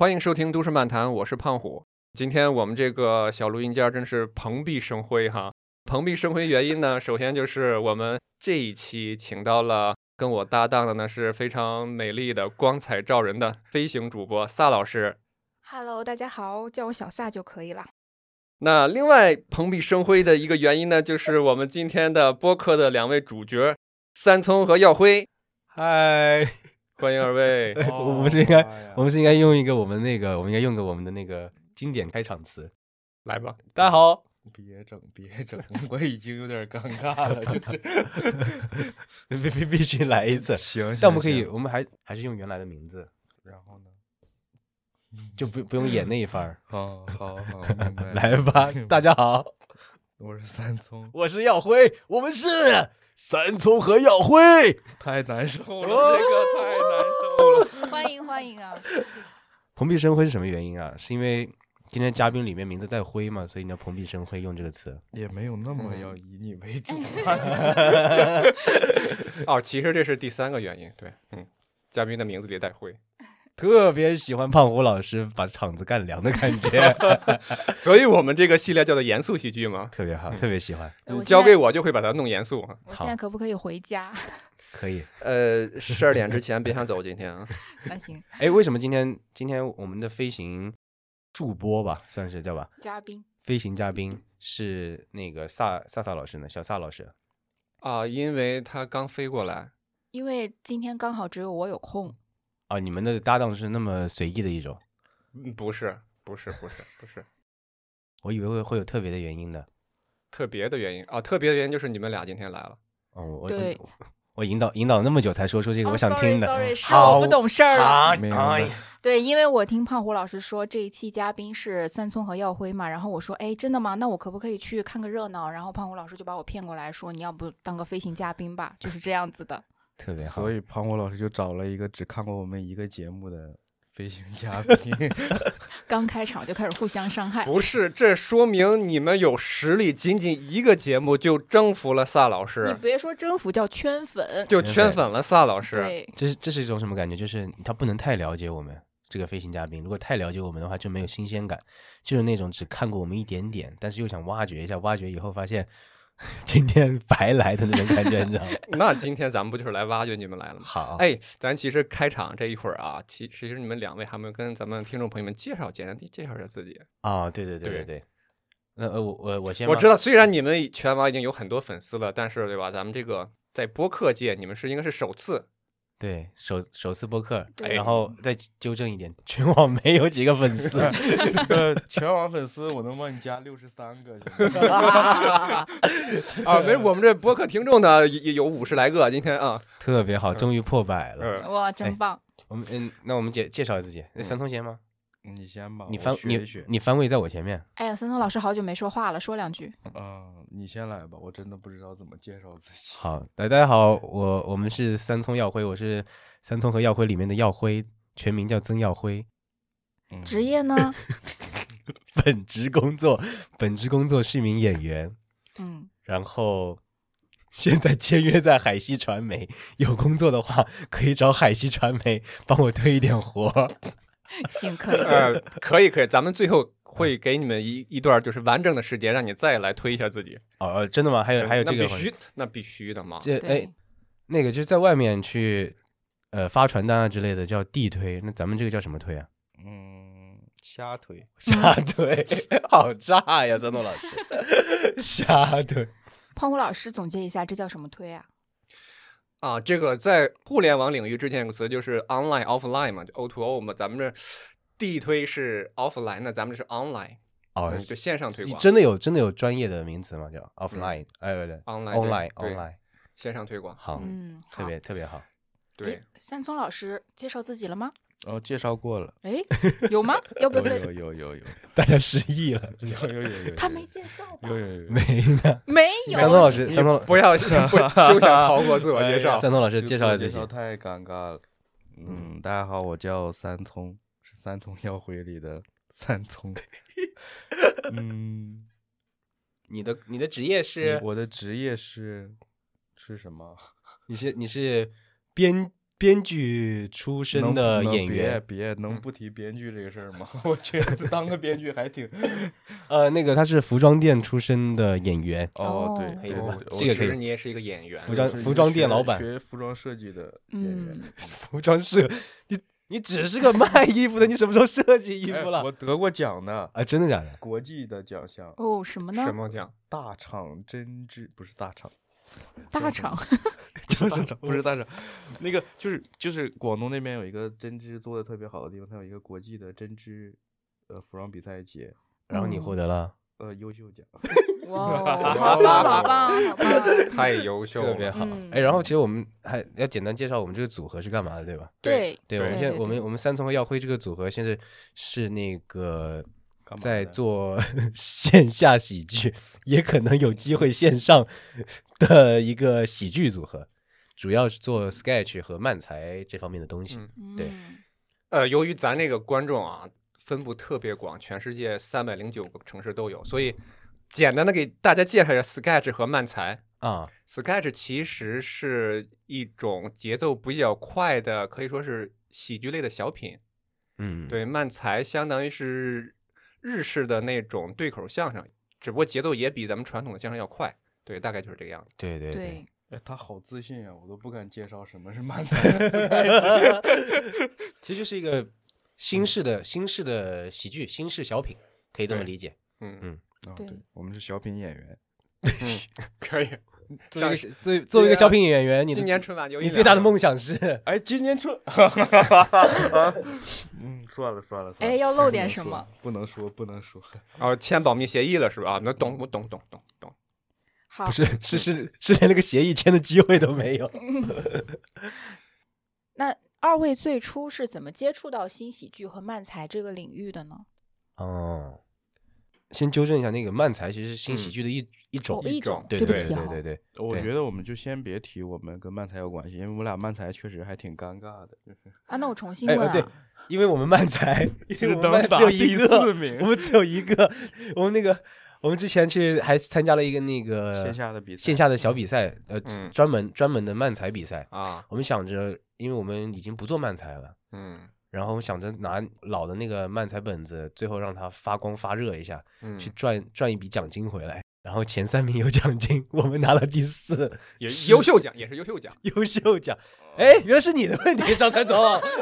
欢迎收听都市漫谈，我是胖虎。今天我们这个小录音间真是蓬荜生辉哈。蓬荜生辉原因呢，首先就是我们这一期请到了跟我搭档的呢是非常美丽的、光彩照人的飞行主播萨老师。 Hello， 大家好，叫我小萨就可以了。 那另外蓬荜生辉的一个原因呢，就是我们今天的播客的两位主角三聪和耀辉。 嗨， 欢迎二位。 我们是应该用一个我们应该用个我们的那个经典开场词， 来吧。 大家好。 别整，我已经有点尴尬了，就是必须来一次。 行， 但我们可以，我们还是用原来的名字， 然后呢， 就不用演那一番儿。 好，明白。 来吧，大家好， 我是三聪， 我是耀辉，我们是三聪和耀辉。 太难受了，这个太难受了。 欢迎啊！ 蓬荜生辉是什么原因啊？是因为今天嘉宾里面名字带辉嘛，所以你要蓬荜生辉用这个词。 也没有那么要以你为主。 哦，其实这是第三个原因，对，嘉宾的名字里带辉。 特别喜欢胖虎老师把场子干凉的感觉， 所以我们这个系列叫做严肃喜剧嘛， 特别好，特别喜欢。 交给我就会把它弄严肃。 我现在可不可以回家？ 可以。 12点之前别想走，今天啊。 那行。 哎，为什么今天我们的飞行助播吧，算是叫吧？ 嘉宾。 飞行嘉宾是那个萨老师呢，小萨老师。 啊，因为他刚飞过来。 因为今天刚好只有我有空。 哦，你们的搭档是那么随意的一种？ 不是， 我以为会有特别的原因的。 特别的原因啊，特别的原因就是你们俩今天来了。 哦， 对， 我引导那么久才说出这个我想听的。 sorry， 是我不懂事儿了。 哎， 对，因为我听胖虎老师说这一期嘉宾是三聪和耀辉嘛，然后我说，哎，真的吗？那我可不可以去看个热闹？然后胖虎老师就把我骗过来说，你要不当个飞行嘉宾吧，就是这样子的。 特别好。 所以胖虎老师就找了一个只看过我们一个节目的飞行嘉宾。 刚开场就开始互相伤害。 不是，这说明你们有实力，仅仅一个节目就征服了萨老师。 你别说征服，叫圈粉， 就圈粉了萨老师。 对， 这是一种什么感觉？就是他不能太了解我们这个飞行嘉宾，如果太了解我们的话，就没有新鲜感，就是那种只看过我们一点点，但是又想挖掘一下，挖掘以后发现今天白来的那种感觉，你知道吗？ 那今天咱们不就是来挖掘你们来了吗？ 好， 哎，咱其实开场这一会儿啊，其实你们两位还没有跟咱们听众朋友们简单地介绍一下自己。 哦，对。那我先， 我知道，虽然你们全网已经有很多粉丝了，但是对吧？咱们这个在播客界，你们应该是首次。 对，首次播客， 对， 然后再纠正一点，全网没有几个粉丝。 全网粉丝我能帮你加63个。 啊，没，我们这播客听众呢有50来个，今天啊， 特别好，终于破100了。 哇，真棒！ 我们那我们介绍自己，三聪先吗？ 你先吧， 你番位在我前面。 哎呀，三聪老师好久没说话了，说两句。 你先来吧，我真的不知道怎么介绍自己。 好，大家好，我们是三聪耀辉，我是三聪和耀辉里面的耀辉，全名叫曾耀辉。 职业呢？ 本职工作是一名演员。然后现在签约在海西传媒，有工作的话可以找海西传媒帮我推一点活。 行，可以。 可以，咱们最后会给你们一段就是完整的时间，让你再来推一下自己。 哦，真的吗？还有这个？ 那必须的嘛。 那个就是在外面去发传单啊之类的叫地推，那咱们这个叫什么推啊？ 瞎推， 好炸呀，三东老师，瞎推。 胖虎老师总结一下，这叫什么推啊？ 啊，这个在互联网领域之前有个词就是 online offline 嘛，就 O2O 嘛。咱们这地推是 offline， 那咱们这是 online， 就线上推广。 真的有专业的名词吗？叫 offline，对 ，online， 线上推广。 好，特别好。 对， 三聪老师介绍自己了吗？ 介绍过了。 哎，有吗？要不再有， 大家失忆了。 有， 他没介绍吧？ 有， 没有。 三聪老师， 不要休想逃过自我介绍。 三聪老师介绍自己， 太尴尬了。大家好，我叫三聪，是三聪耀辉里的三聪。 你的职业是？ 我的职业是什么？ 你是编编剧出身的演员， 别能不提编剧这个事儿吗？我觉得当个编剧还挺…… 那个他是服装店出身的演员。 哦，对， 可以吧？ 这个可以，你也是一个演员， 服装店老板， 学服装设计的演员。 服装设，你只是个卖衣服的，你什么时候设计衣服了？ 我得过奖的啊，真的假的？ 国际的奖项。 哦，什么呢？ 什么奖？ 大厂针织不是大厂。 大厂不是大厂，那个就是广东那边有一个针织做的特别好的地方，它有一个国际的针织服装比赛节， 然后你获得了优秀奖。 哇，好棒好棒好棒， 太优秀了， 特别好。然后其实我们还要简单介绍我们这个组合是干嘛的，对吧？ 对， 我们三重和耀辉这个组合现在是那个在做线下喜剧，也可能有机会线上的一个喜剧组合，主要是做 sketch 和漫才这方面的东西。 对，由于咱那个观众啊分布特别广，全世界309个城市都有，所以简单的给大家介绍一下 sketch 和漫才啊。 sketch 其实是一种节奏比较快的，可以说是喜剧类的小品。对，漫才相当于是日式的那种对口相声，只不过节奏也比咱们传统的相声要快。对，大概就是这个样子。 对。 哎，他好自信啊，我都不敢介绍什么是漫才。 其实就是一个新式的喜剧，新式小品，可以这么理解。 对，我们是小品演员。 可以。 作为一个小品演员， 今年春晚你最大的梦想是？ 哎，今年算了。 哎，要露点什么？ 不能说。 哦，签保密协议了是吧？那懂。 好， 不是连那个协议签的机会都没有。 那二位最初是怎么接触到新喜剧和漫才这个领域的呢？ 先纠正一下，那个漫才其实是新喜剧的一种。 对不起， 对。 我觉得我们就先别提我们跟漫才有关系，因为我们俩漫才确实还挺尴尬的。 那我重新问啊。 对，因为我们漫才只有第4名， 我们只有一个。我们之前还参加了一个那个线下的小比赛，专门的漫才比赛啊。 我们想着，因为我们已经不做漫才了，然后我们想着拿老的那个漫才本子，最后让它发光发热一下，去赚一笔奖金回来。然后前3名有奖金，我们拿了第4， 也是优秀奖。 优秀奖。哎，原来是你的问题，张三总。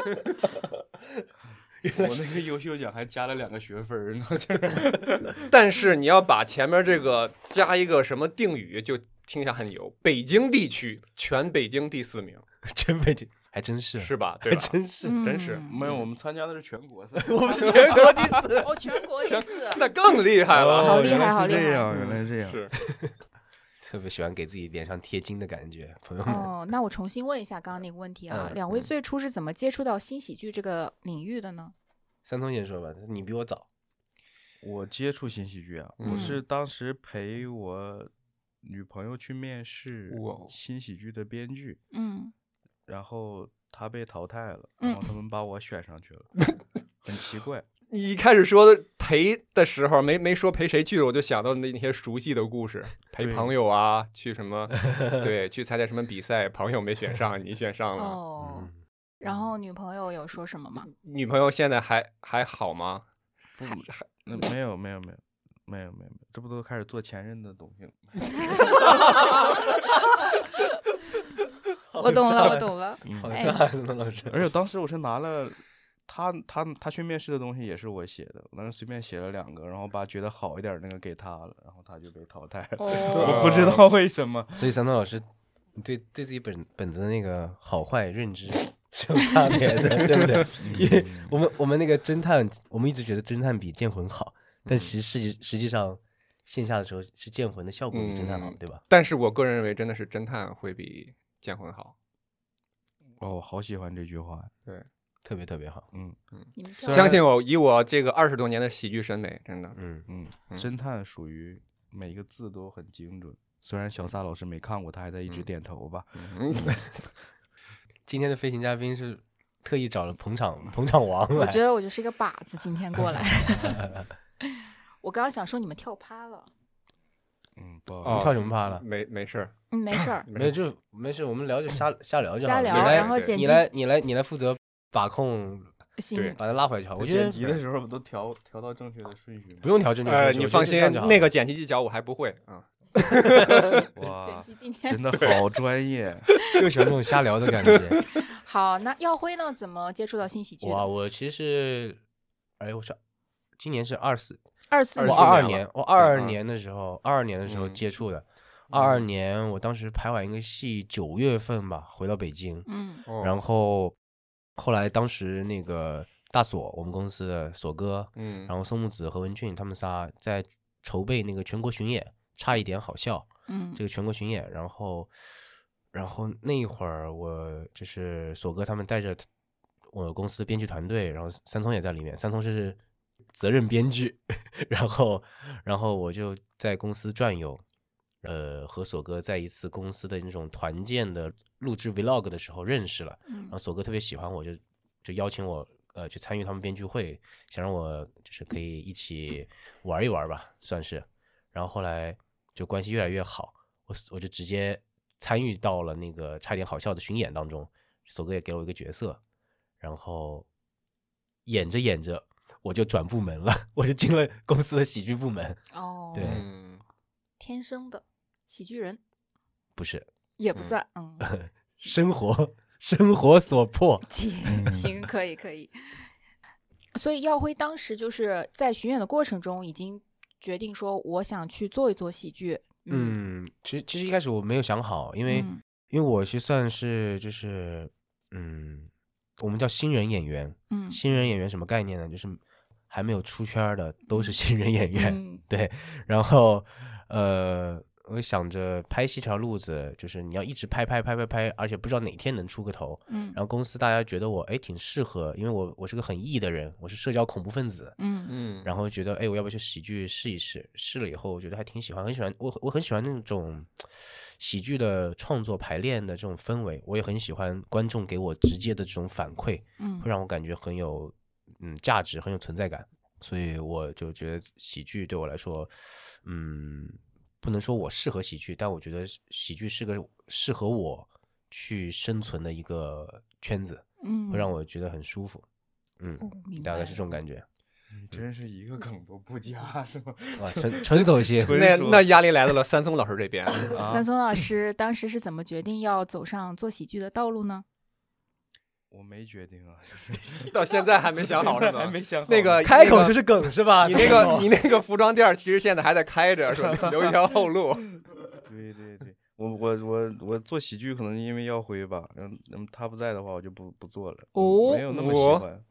我那个优秀奖还加了2个学分呢， 但是你要把前面这个加一个什么定语，就听起来很牛。北京地区全北京第4名， 全北京还真是是吧？对吧？ 还真是， 真是。 没有，我们参加的是全国赛， 我们是全国第4。 哦，全国第4， 那更厉害了。 好厉害，好厉害！ 原来是这样。 是。 特别喜欢给自己脸上贴金的感觉，朋友们。那我重新问一下刚刚那个问题啊，两位最初是怎么接触到新喜剧这个领域的呢？ 三聪先说吧，你比我早。 我接触新喜剧啊，我是当时陪我女朋友去面试新喜剧的编剧，然后她被淘汰了，然后他们把我选上去了，很奇怪。 你一开始说的陪的时候，没说陪谁去了，我就想到那些熟悉的故事，陪朋友啊，去什么，对，去参加什么比赛，朋友没选上，你选上了。 哦，然后女朋友有说什么吗？ 女朋友现在还好吗？ 没有，这不都开始做前任的东西了？ 我懂了。 老师， 而且当时我是拿了。他去面试的东西也是我写的，我当时随便写了2个，然后把觉得好一点那个给他了，然后他就被淘汰了。我不知道为什么。 所以三东老师，你对自己本子的那个好坏认知是有差别的，对不对？因为我们那个侦探，我们一直觉得侦探比剑魂好，但实际上线下的时候是剑魂的效果比侦探好，对吧？ 但是我个人认为真的是侦探会比剑魂好。 我好喜欢这句话， 对。 特别特别好， 相信我，以我这个20多年的喜剧审美，真的， 侦探属于每一个字都很精准。虽然小撒老师没看过，他还在一直点头吧。 今天的飞行嘉宾是特意找了捧场王来， 我觉得我就是一个靶子，今天过来。我刚刚想说你们跳趴了。 跳什么趴了？ 没事儿， 没事儿， 没事，我们聊就瞎聊就好了。 瞎聊，然后剪辑， 你来负责把控， 对， 把它拉回来就好。我觉得剪辑的时候都调到正确的顺序， 不用调正确顺序。 你放心，那个剪辑技巧我还不会啊。 哇，真的好专业， 就喜欢这种瞎聊的感觉。 好，那耀辉呢？怎么接触到新喜剧的？ 我其实，我是今年是24， 我 22年的时候接触的。22年我当时排完一个戏，9月份吧，回到北京。然后后来当时那个大锁，我们公司的锁哥，然后宋木子和文俊他们仨在筹备那个全国巡演，差一点好笑。这个全国巡演，然后那一会儿我就是锁哥他们带着我公司的编剧团队，然后三聪也在里面，三聪是责任编剧，然后我就在公司转悠，和锁哥在一次公司的那种团建的录制 vlog 的时候认识了，然后锁哥特别喜欢我，就邀请我去参与他们编剧会，想让我就是可以一起玩一玩吧，算是，然后后来就关系越来越好，我就直接参与到了那个差点好笑的巡演当中，锁哥也给了我一个角色，然后演着我就转部门了，我就进了公司的喜剧部门。对， 天生的喜剧人不是， 也不算， 生活所迫。 行，可以。所以耀辉当时就是在巡演的过程中已经决定说我想去做一做喜剧。 其实一开始我没有想好，因为我是算是就是我们叫新人演员。新人演员什么概念呢？就是还没有出圈的都是新人演员。对，然后我想着拍戏这条路子，就是你要一直拍，而且不知道哪天能出个头。然后公司大家觉得我挺适合，因为我是个很 E 的人，我是社交恐怖分子。然后觉得我要不要去喜剧试一试？试了以后，我觉得还挺喜欢，很喜欢。我很喜欢那种喜剧的创作排练的这种氛围，我也很喜欢观众给我直接的这种反馈，会让我感觉很有价值，很有存在感。所以我就觉得喜剧对我来说，不能说我适合喜剧，但我觉得喜剧是个适合我去生存的一个圈子，会让我觉得很舒服。大概是这种感觉。 你真是一个梗都不加是吗？ 纯走心。 那压力来到了三聪老师这边。 三聪老师当时是怎么决定要走上做喜剧的道路呢？ 我没决定啊， 到现在还没想好是吗？ 还没想好。 那个开口就是梗是吧？ 你那个服装店其实现在还在开着，是吧？留一条后路。 对，我做喜剧可能因为耀辉吧，他不在的话我就不做了。没有那么喜欢。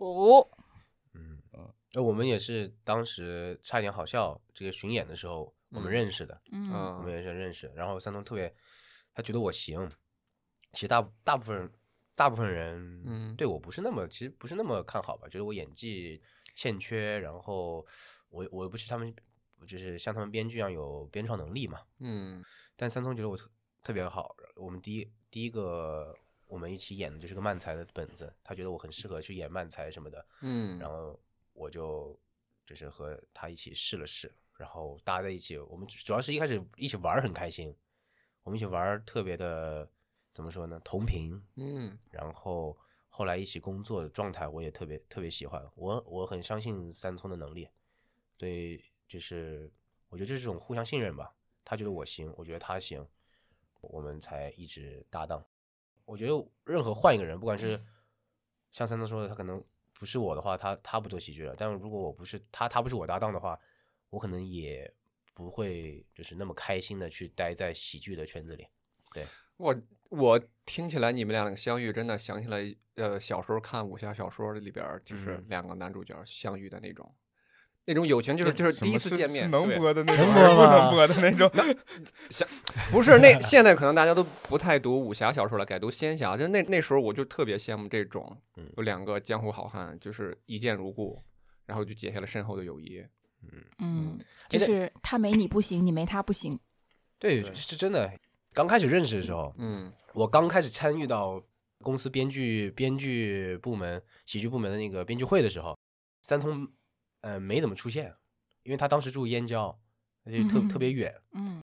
我们也是当时差点好笑这个巡演的时候我们认识的。我们也是认识，然后三聪特别，他觉得我行。其实大部分人对我其实不是那么看好吧，觉得我演技欠缺，然后我不是他们就是像他们编剧一样有编创能力嘛。但三聪觉得我特别好，我们第一个我们一起演的就是个漫才的本子，他觉得我很适合去演漫才什么的。然后我就是和他一起试了试，然后大家在一起，我们主要是一开始一起玩很开心，我们一起玩特别的怎么说呢，同频。然后后来一起工作的状态我也特别喜欢，我很相信三聪的能力。对，就是我觉得这是一种互相信任吧，他觉得我行，我觉得他行，我们才一直搭档。我觉得任何换一个人，不管是像三聪说的他可能不是我的话，他不做喜剧了，但如果我不是他不是我搭档的话，我可能也不会就是那么开心的去待在喜剧的圈子里。对， 我听起来你们两个相遇真的想起来小时候看武侠小说里边就是两个男主角相遇的那种友情，就是第一次见面能播的那种，不能播的那种。 不是现在可能大家都不太读武侠小说了，改读仙侠。就那时候我就特别羡慕这种有两个江湖好汉，就是一见如故，然后就结下了深厚的友谊。 就是他没你不行，你没他不行。 对，是真的。刚开始认识的时候，我刚开始参与到公司编剧部门、喜剧部门的那个编剧会的时候，三聪没怎么出现，因为他当时住燕郊，就特别远。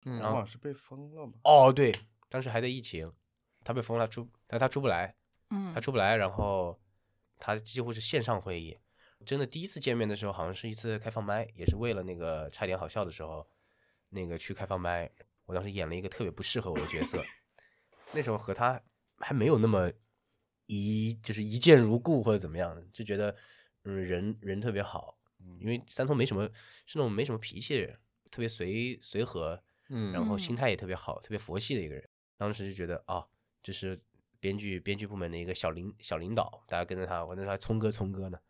然后是被封了嘛？ 哦，对，当时还在疫情，他被封了，他出不来，他出不来，然后他几乎是线上会议。真的第一次见面的时候，好像是一次开放麦，也是为了那个差点好笑的时候，那个去开放麦。我当时演了一个特别不适合我的角色，那时候和他还没有那么就是一见如故或者怎么样的，就觉得人特别好，因为三通是那种没什么脾气的人，特别随和，然后心态也特别好，特别佛系的一个人。当时就觉得这是编剧部门的一个小领导，大家跟着他，我那时候还聪哥呢。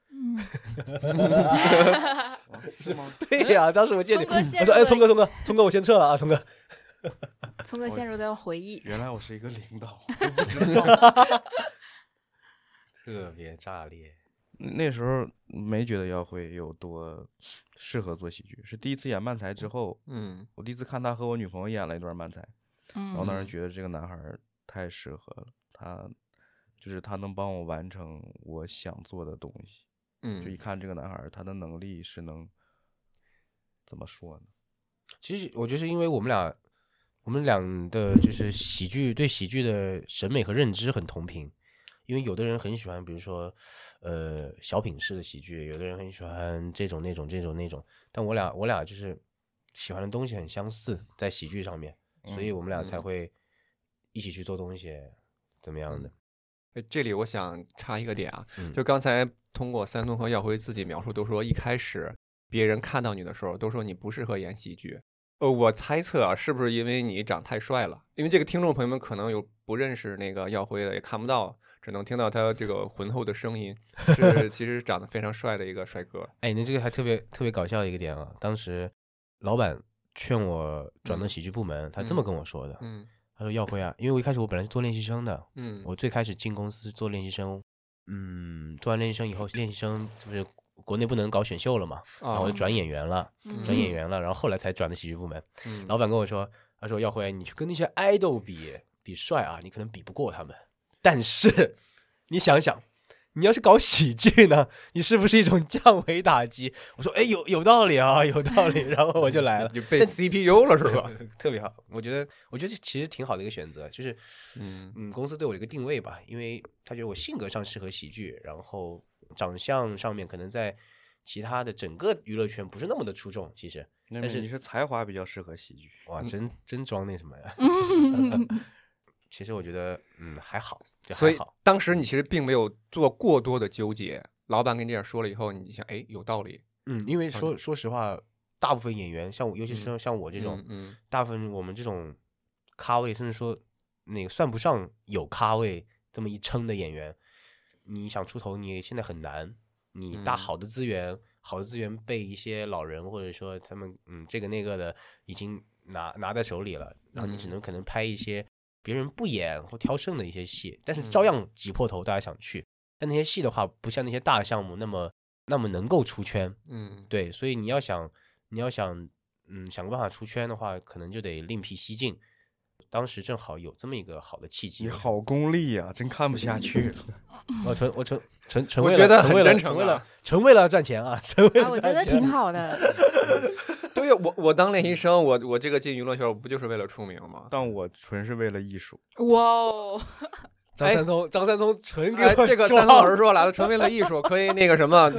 是吗？ 对呀，当时我见你，我说哎，聪哥，我先撤了啊，聪哥。 聪哥陷入到回忆， 原来我是一个领导，不知道。 特别炸裂。 那时候没觉得耀辉有多适合做喜剧，是第一次演漫才之后，我第一次看他和我女朋友演了一段漫才，然后当时觉得这个男孩太适合了，他能帮我完成我想做的东西，就一看这个男孩他的能力是能怎么说呢？ 其实我觉得是因为我们俩的就是对喜剧的审美和认知很同频。因为有的人很喜欢，比如说，小品式的喜剧，有的人很喜欢这种那种，但我俩就是喜欢的东西很相似，在喜剧上面，所以我们俩才会一起去做东西，怎么样的？ 这里我想插一个点啊，就刚才通过三通和耀辉自己描述，都说一开始别人看到你的时候，都说你不适合演喜剧。我猜测啊，是不是因为你长太帅了？因为这个听众朋友们可能有不认识那个耀辉的，也看不到，只能听到他这个浑厚的声音，是其实长得非常帅的一个帅哥。 哎，那这个还特别搞笑的一个点啊！当时老板劝我转到喜剧部门，他这么跟我说的，他说耀辉啊，因为我一开始我本来是做练习生的，我最开始进公司做练习生，做完练习生以后，练习生是不是国内不能搞选秀了嘛，然后我就转演员了，然后后来才转的喜剧部门。老板跟我说，他说耀辉，你去跟那些爱豆比帅啊，你可能比不过他们，但是你想想，你要是搞喜剧呢，你是不是一种降维打击？我说哎，有道理啊，有道理，然后我就来了， 就被 CPU 了是吧？ 特别好，我觉得这其实挺好的一个选择，就是公司对我的一个定位吧，因为他觉得我性格上适合喜剧，然后长相上面可能在其他的整个娱乐圈不是那么的出众，其实，但是你是才华比较适合喜剧。 哇，真装那什么呀？其实我觉得还好， 所以当时你其实并没有做过多的纠结。老板跟你这样说了以后，你想哎有道理。 因为说实话，大部分演员像我，尤其是像我这种，大部分我们这种咖位，甚至说那个算不上有咖位这么一称的演员，你想出头，你现在很难。你好的资源被一些老人或者说他们这个那个的已经拿在手里了，然后你只能可能拍一些别人不演或挑剩的一些戏，但是照样挤破头大家想去，但那些戏的话不像那些大项目那么能够出圈，对，所以你要想想个办法出圈的话，可能就得另辟蹊径。当时正好有这么一个好的契机。 你好功利呀，真看不下去了。 我纯我觉得很真诚， 纯为了赚钱啊！ 我觉得挺好的。 对呀，我当练习生，我这个进娱乐圈，我不就是为了出名吗？ 但我纯是为了艺术。 哇哦！ 张三聪纯给我这个三聪老师说来了，纯为了艺术，可以那个什么。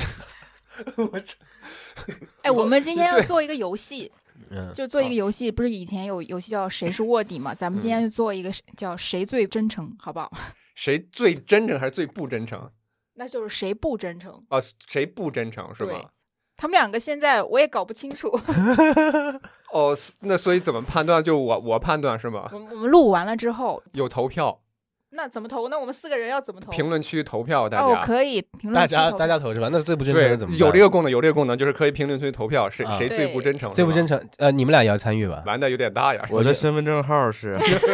哎，我们今天要做一个游戏。就做一个游戏，不是以前有游戏叫谁是卧底嘛？咱们今天就做一个叫谁最真诚，好不好？ 谁最真诚还是最不真诚？ 那就是谁不真诚啊？谁不真诚是吧？ 他们两个现在我也搞不清楚。 哦，那所以怎么判断？就我判断是吗？ 我们录完了之后有投票。 那怎么投？那我们4个人要怎么投？ 评论区投票，大家可以评论区投票。 大家投是吧？那最不真诚怎么办？ 有这个功能，就是可以评论区投票，谁最不真诚？ 最不真诚，你们俩也要参与吧？ 玩的有点大呀！ 我的身份证号是。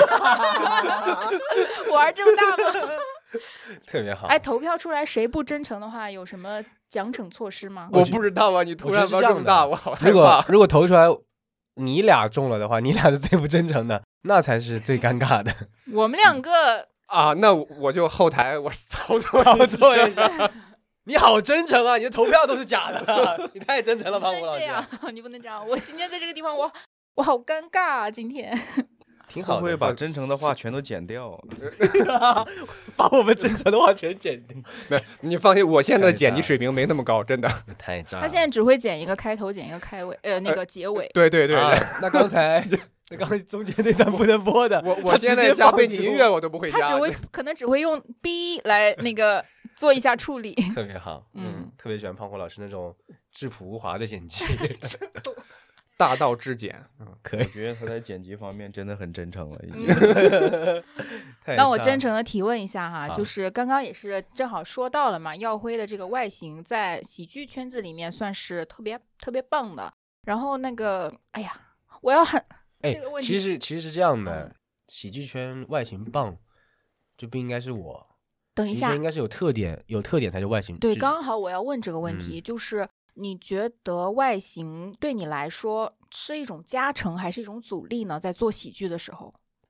玩这么大吗？ 特别好。 哎，投票出来谁不真诚的话，有什么奖惩措施吗？ 我不知道啊，你突然玩这么大，我好害怕。 如果投出来你俩中了的话，你俩是最不真诚的，那才是最尴尬的。 我们两个。 啊，那我就后台我操作一下。 你好真诚啊！你的投票都是假的，你太真诚了，胖虎老师。 你不能这样，我今天在这个地方， 我好尴尬啊，今天。 挺好的， 会把真诚的话全都剪掉， 把我们真诚的话全剪掉。 没，你放心，我现在的剪辑水平没那么高，真的。 太渣了。 他现在只会剪一个开头，剪一个开尾，那个结尾。 对对对， 那刚才中间那段不能播的， 我现在加背景音乐我都不会加， 他可能只会用 B 来那个做一下处理。 特别好，特别喜欢胖虎老师那种质朴无华的剪辑。 大道至简， 可以。 我觉得他在剪辑方面真的很真诚了，已经。 那我真诚的提问一下哈，就是刚刚也是正好说到了嘛，耀辉的这个外形在喜剧圈子里面算是特别特别棒的。然后那个，哎呀，我要很这个问题， 其实是这样的，喜剧圈外形棒，就不应该是我。 等一下， 应该是有特点才是外形。 对，刚好我要问这个问题，就是你觉得外形对你来说是一种加成还是一种阻力呢？在做喜剧的时候，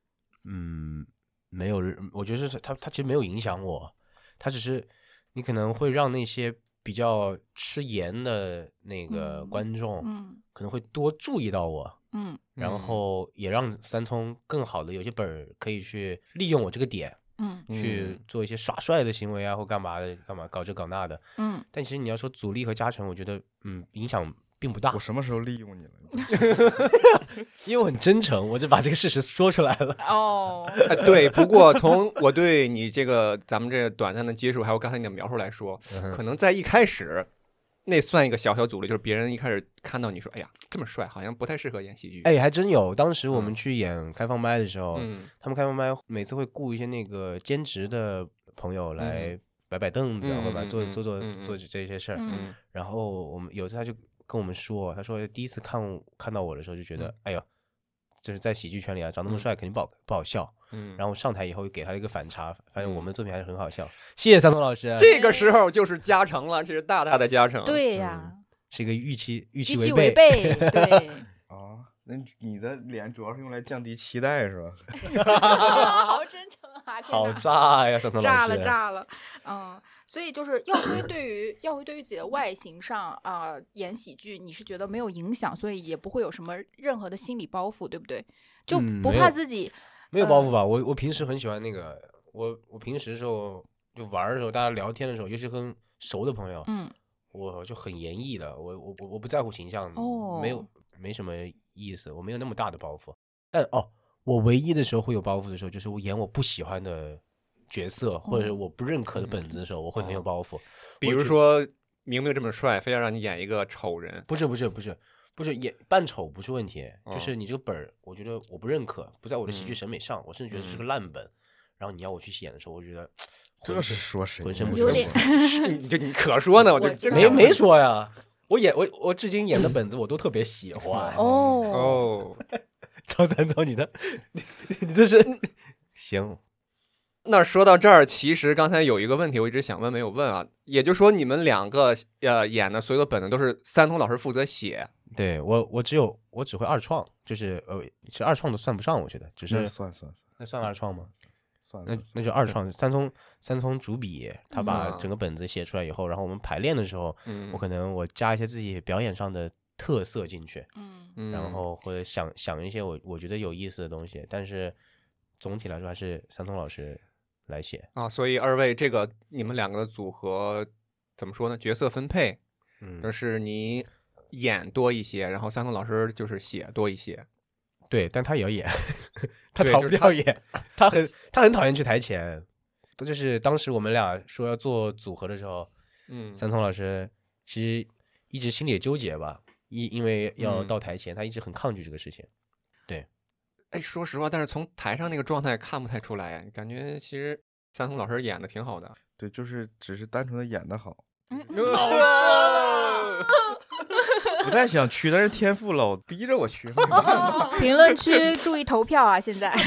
没有，我觉得是他其实没有影响我，他只是你可能会让那些比较吃盐的那个观众，可能会多注意到我，然后也让三聪更好的有些本儿可以去利用我这个点。去做一些耍帅的行为啊，或干嘛搞这搞那的。但其实你要说阻力和加成，我觉得影响并不大。 我什么时候利用你了？ 因为我很真诚，我就把这个事实说出来了。 哦， 对。不过从我对你咱们这个短暂的接触，还有刚才你的描述来说，可能在一开始。那算一个小小阻力，就是别人一开始看到你说，哎呀，这么帅，好像不太适合演喜剧。 哎，还真有。当时我们去演开放麦的时候，他们开放麦每次会雇一些那个兼职的朋友来摆凳子，或者做这些事儿。然后我们有一次他就跟我们说，他说第一次看到我的时候就觉得，哎呦，就是在喜剧圈里啊，长那么帅肯定不好笑。然后上台以后给他一个反差，发现我们的作品还是很好笑。谢谢三聪老师。 这个时候就是加成了，这是大大的加成。 对呀， 是一个预期违背。对。 啊，那你的脸主要是用来降低期待是吧？ 好真诚啊！ 好炸呀，三聪老师。 炸了。所以就是耀辉对于自己的外形上演喜剧，你是觉得没有影响，所以也不会有什么任何的心理包袱，对不对？就不怕自己。 没有包袱吧？我平时很喜欢那个，我平时的时候就玩的时候，大家聊天的时候，尤其跟熟的朋友，我就很严毅的，我不在乎形象，没什么意思，我没有那么大的包袱。但我唯一的时候会有包袱的时候，就是我演我不喜欢的角色，或者我不认可的本子的时候，我会很有包袱。 比如说明明这么帅，非要让你演一个丑人， 不是演扮丑不是问题，就是你这个本儿，我觉得我不认可，不在我的喜剧审美上，我甚至觉得这是个烂本。然后你要我去演的时候，我觉得这是说谁？ 浑身不舒服。 就你可说呢，我就没说呀。我至今演的本子我都特别喜欢。赵三聪，你这是行。 那说到这儿，其实刚才有一个问题我一直想问没有问啊，也就是说你们两个演的所有的本子都是三聪老师负责写。 对，我只会二创，就是其实二创都算不上，我觉得只是那算二创吗？算，那就二创。三聪主笔，他把整个本子写出来以后，然后我们排练的时候，我可能我加一些自己表演上的特色进去，然后或者想一些我觉得有意思的东西，但是总体来说还是三聪老师来写啊。所以二位你们两个的组合怎么说呢？角色分配，就是你演多一些，然后三聪老师就是写多一些。 对，但他也要演，他逃不掉演，他很讨厌去台前。就是当时我们俩说要做组合的时候，三聪老师其实一直心里也纠结吧，因为要到台前，他一直很抗拒这个事情。对， 哎，说实话，但是从台上那个状态看不太出来，感觉其实三聪老师演的挺好的。 对，就是只是单纯的演的好。不太想去，但是天赋老逼着我去。 评论区注意投票啊！现在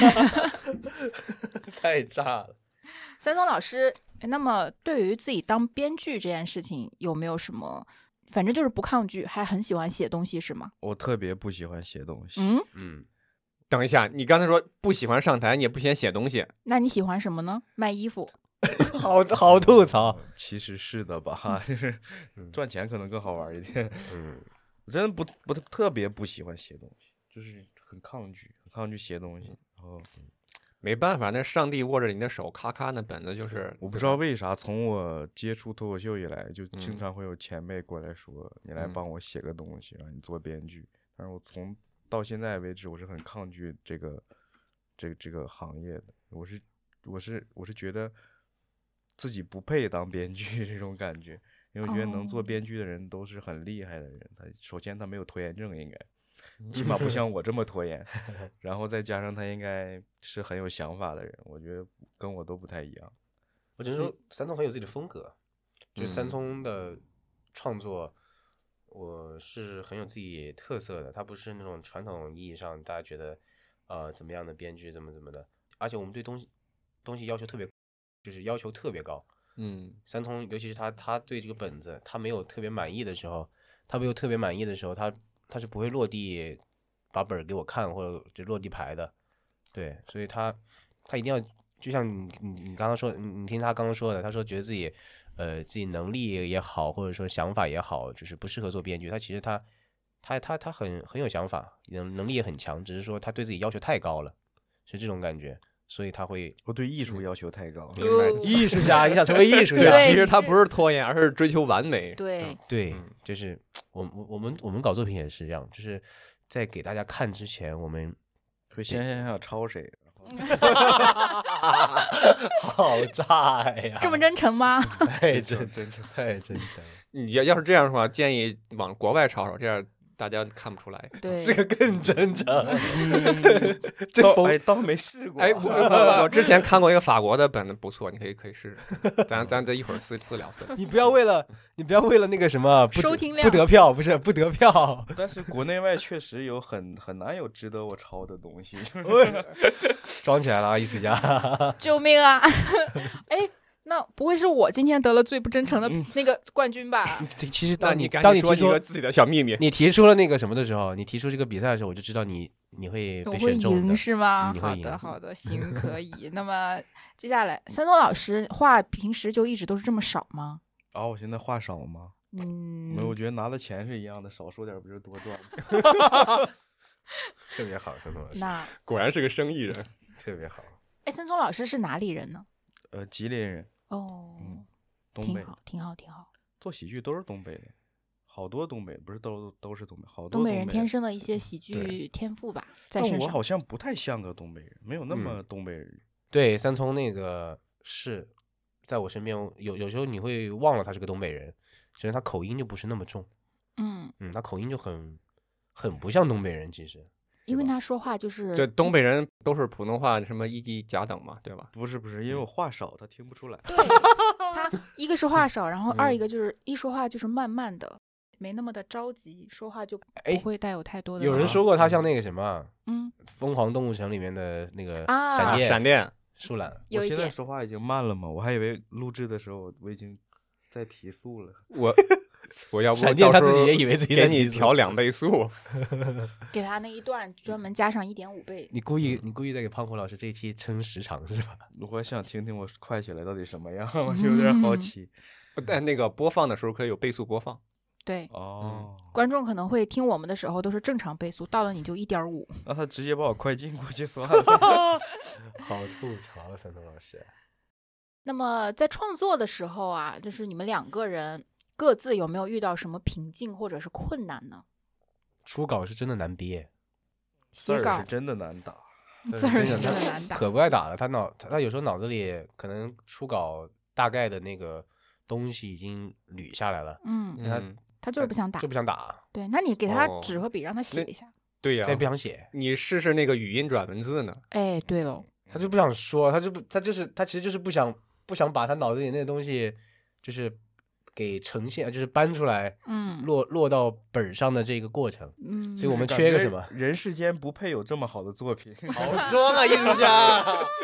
太炸了。 三聪老师，那么对于自己当编剧这件事情，有没有什么？反正就是不抗拒，还很喜欢写东西，是吗？ 我特别不喜欢写东西。 等一下，你刚才说不喜欢上台，你也不喜欢写东西， 那你喜欢什么呢？卖衣服。 好吐槽。 其实是的吧，就是赚钱可能更好玩一点。我真的不特别不喜欢写东西， 就是很抗拒写东西，然后没办法，那上帝握着你的手，咔咔那本子就是。 我不知道为啥，从我接触脱口秀以来，就经常会有前辈过来说：“你来帮我写个东西，让你做编剧。”但是我到现在为止，我是很抗拒这个行业的。我是觉得自己不配当编剧这种感觉，因为我觉得能做编剧的人都是很厉害的人。首先他没有拖延症，应该。起码不像我这么拖延，然后再加上他应该是很有想法的人，我觉得跟我都不太一样。 我只是说三聪很有自己的风格，就是三聪的创作，我是很有自己特色的。他不是那种传统意义上大家觉得怎么样的编剧怎么的，而且我们对东西要求特别，就是要求特别高。三聪尤其是他对这个本子，他没有特别满意的时候，他是不会落地把本给我看或者就落地排的，对，所以他一定要就像你刚刚说，你听他刚刚说的，他说觉得自己能力也好，或者说想法也好，就是不适合做编剧。他其实他很有想法，能力也很强，只是说他对自己要求太高了，是这种感觉。所以他会， 我对艺术要求太高。 明白， 艺术家，你想成为艺术家， 其实他不是拖延，而是追求完美。 对， 就是我们搞作品也是这样，就是在给大家看之前，我们会先想抄谁。 好炸呀！ 这么真诚吗？ 太真诚。 你要是这样的话，建议往国外抄，这样大家看不出来。 对， 这个更真诚。 倒没试过。 我之前看过一个法国的本子，不错，你可以试试。咱这一会儿私聊。 你不要为了那个什么收听量不得票，不是不得票。 但是国内外确实有很难有值得我抄的东西。 装起来了，艺术家！ 救命啊！哎。那不会是我今天得了最不真诚的那个冠军吧？ 其实当你说一个自己的小秘密， 你提出了那个什么的时候，你提出这个比赛的时候，我就知道你会被选中的。 我会赢是吗？好的，行，可以。那么接下来，三聪老师话平时就一直都是这么少吗？ 我现在话少吗？没有，我觉得拿的钱是一样的，少说点不是多赚吗？ 特别好，三聪老师。 那果然是个生意人， 特别好。 哎，三聪老师是哪里人呢？ 吉林人。东北， 挺好。 做喜剧都是东北的，好多东北不是都是东北，好多东北人天生的一些喜剧天赋吧，在身上。 但我好像不太像个东北人，没有那么东北人。 对，三聪那个是在我身边，有时候你会忘了他是个东北人，其实他口音就不是那么重。他口音就很不像东北人，其实。 因为他说话就是， 这东北人都是普通话什么一级甲等嘛，对吧？ 不是，因为我话少，他听不出来。 对，他一个是话少，然后二一个就是一说话就是慢慢的，没那么的着急，说话就不会带有太多的。 有人说过他像那个什么，疯狂动物城里面的那个闪电树懒。 我现在说话已经慢了吗？我还以为录制的时候我已经在提速了。 我要不闪电他自己也以为自己给你调2倍速， 给他那一段专门加上1.5倍。 你故意在给胖虎老师这一期撑时长是吧？ 我想听听我快起来到底什么样，我有点好奇。 但那个播放的时候可以有倍速播放。 对观众可能会听我们的时候都是正常倍速，到了你就1.5。 那他直接把我快进过去算了。 好吐槽，三聪老师。 那么在创作的时候啊，就是你们2个人各自有没有遇到什么瓶颈或者是困难呢？ 初稿是真的难憋， 写稿是真的难打， 字儿是真的难打， 可不爱打了。他有时候脑子里可能初稿大概的那个东西已经捋下来了， 他就是不想打，对，那你给他纸和笔让他写一下。 对呀， 他也不想写。 你试试那个语音转文字呢？ 哎，对了， 他就不想说，他其实就是不想把他脑子里那个东西就是给呈现，就是搬出来，落到本上的这个过程，所以我们缺个什么？ 人世间不配有这么好的作品， 好装啊，艺术家！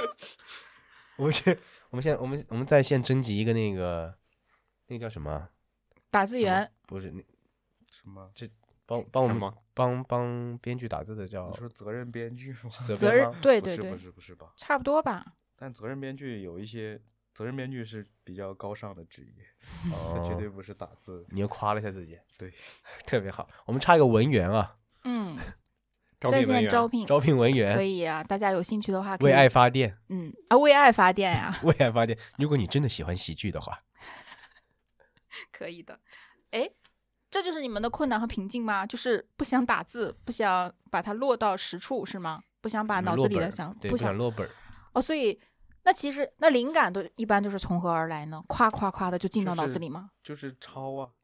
我们在线征集一个那个叫什么？ 打字员？ 不是什么？ 这帮我们帮编剧打字的叫？ 你说责任编剧吗？ 责任对， 不是吧？ 差不多吧。 但责任编剧有一些。责任编剧是比较高尚的职业，他绝对不是打字。 你又夸了一下自己， 对， 特别好。我们差一个文员啊， 在线招聘文员可以啊，大家有兴趣的话可以为爱发电。 为爱发电呀， 为爱发电。如果你真的喜欢喜剧的话， 可以的。哎，这就是你们的困难和瓶颈吗？就是不想打字，不想把它落到实处是吗？不想把脑子里的不想落本哦，所以那其实那灵感都一般都是从何而来呢？夸夸夸的就进到脑子里吗？ 就是抄啊，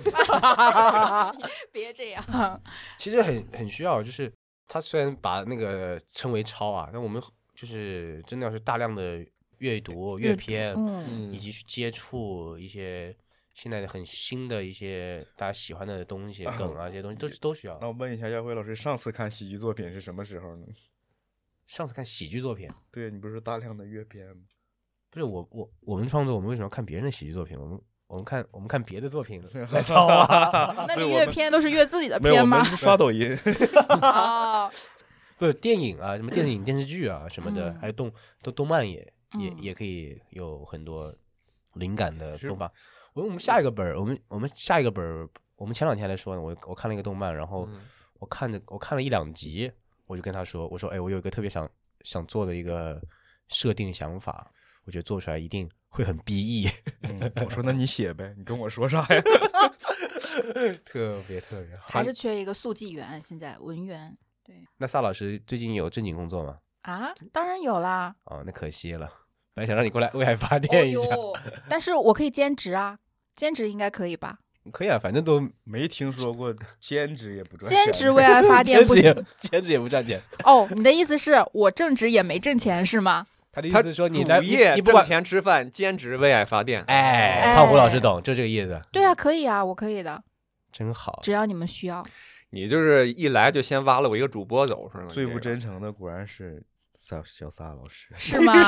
别这样。 其实很需要，就是他虽然把那个称为抄啊，但我们就是真的要是大量的阅读阅片，以及去接触一些现在很新的一些大家喜欢的东西、梗啊，这些东西都需要。 那我问一下耀辉老师，上次看喜剧作品是什么时候呢？ 上次看喜剧作品， 对，你不是大量的阅片吗？ 不是我们创作，我们为什么要看别人的喜剧作品？我们看别的作品来抄啊。 那你阅片都是阅自己的片吗？ 我们是刷抖音。 哦， 不是电影啊，什么电影电视剧啊什么的，还有动漫也可以有很多灵感的迸发。我们下一个本，我们下一个本，我们前2天来说呢，我看了一个动漫，然后我看了1-2集。我就跟他说，我说，哎，我有一个特别想做的一个设定想法，我觉得做出来一定会很 BE。 我说那你写呗，你跟我说啥呀？ 特别好， 还是缺一个速记员，现在文员。对， 那萨老师最近有正经工作吗？ 啊，当然有啦。 哦，那可惜了，本来想让你过来为爱发电一下。 但是我可以兼职啊，兼职应该可以吧？ 可以啊，反正都没听说过兼职也不赚钱。 兼职为爱发电不行， 兼职也不赚钱。 哦，你的意思是我正职也没挣钱是吗？ 他的意思是说你主业挣钱吃饭，兼职为爱发电。 哎，胖虎老师懂，就这个意思。 对啊，可以啊，我可以的， 真好。 只要你们需要。 你就是一来就先挖了我一个主播走是吗？ 最不真诚的果然是小萨老师， 是吗？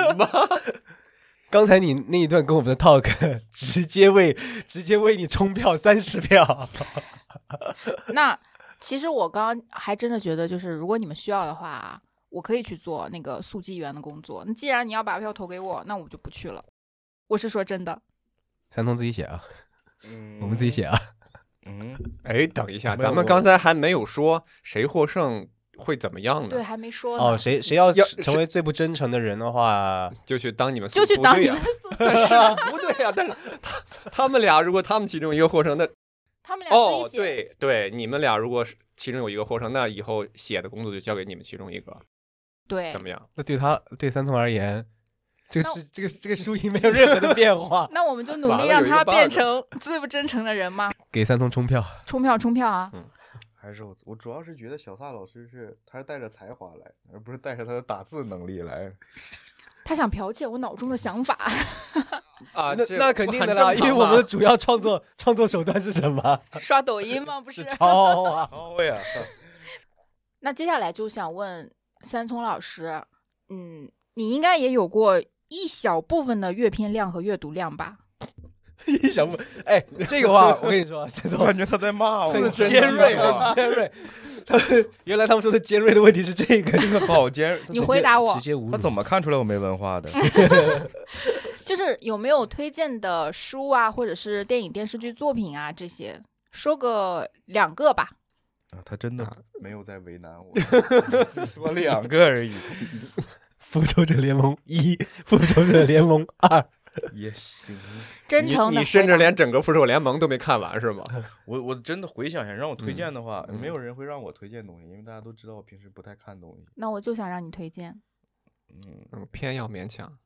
刚才你那一段跟我们的 talk 直接为你冲票30票。 那其实我刚刚还真的觉得，就是如果你们需要的话，我可以去做那个速记员的工作。那既然你要把票投给我，那我就不去了。我是说真的。 3通自己写啊，我们自己写啊。 哎，等一下，咱们刚才还没有说谁获胜会怎么样呢？ 对，还没说呢。 哦，谁要成为最不真诚的人的话， 就去当你们就去当你们但是不对呀，但是他们俩如果他们其中一个获胜，那他们俩自己写。对，你们俩如果其中有一个获胜，那以后写的工作就交给你们其中一个。 对， 怎么样？ 那对3通而言，这个输赢没有任何的变化。 那我们就努力让他变成最不真诚的人吗？ 给3通冲票啊！ 还是我主要是觉得小萨老师他是带着才华来，而不是带着他的打字能力来。 他想剽窃我脑中的想法啊！ 那肯定的啦，因为我们的主要创作手段是什么？ 刷抖音吗？不是抄啊， 抄呀。 那接下来就想问3通老师，你应该也有过一小部分的阅片量和阅读量吧？ 一小部分，哎，这个话我跟你说， 我感觉他在骂我， 很尖锐。原来他们说的尖锐的问题是这个好尖。 你回答我， 直接侮辱。 他怎么看出来我没文化的？ 就是有没有推荐的书啊，或者是电影电视剧作品啊，这些说个2个吧。 他真的没有在为难我，只说2个而已。 复仇者联盟1，复仇者联盟2。 也行， 真诚的。 你甚至连整个复仇联盟都没看完是吗？ 我真的回想一下，让我推荐的话，没有人会让我推荐东西，因为大家都知道我平时不太看东西。 那我就想让你推荐。 偏要勉强。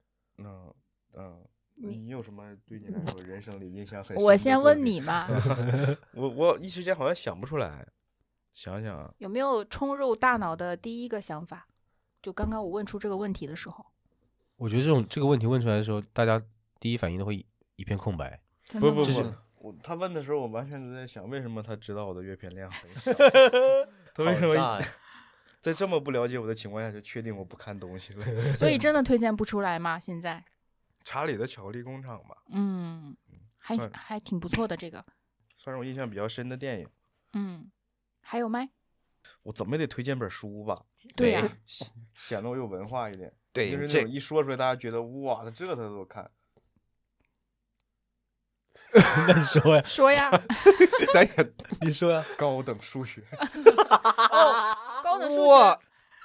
你有什么对你来说人生里印象很深的？ 我先问你嘛。 我一时间好像想不出来，想想啊， 有没有冲入大脑的第一个想法？就刚刚我问出这个问题的时候。 我觉得这个问题问出来的时候，大家第一反应都会一片空白。 不，他问的时候，我完全都在想，为什么他知道我的阅片量很少？他为什么在这么不了解我的情况下就确定我不看东西了？ 所以真的推荐不出来吗？现在查理的巧克力工厂吧， 还挺不错的，这个算是我印象比较深的电影。 还有吗？ 我怎么也得推荐本书吧？ 对呀， 显得我有文化一点。 对， 就是那种一说出来，大家觉得哇，这他都看。 那你说呀？ 说呀。 等一下， 你说呀？ 高等数学。 哦，高能数学。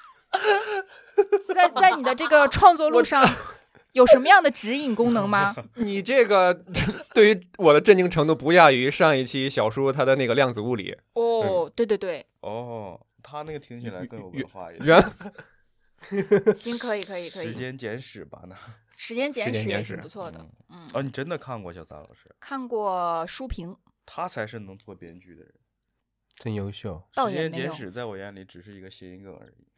在你的这个创作路上有什么样的指引功能吗？ 你这个对于我的震惊程度不亚于上一期小叔他的那个量子物理。 哦，对对对。 哦，他那个听起来更有文化一点。 行，可以。 时间简史吧呢？ 时间简史也是不错的。 哦，你真的看过小撒老师？ 看过书评。 他才是能做编剧的人， 真优秀。 时间简史在我眼里只是一个谐音梗而已。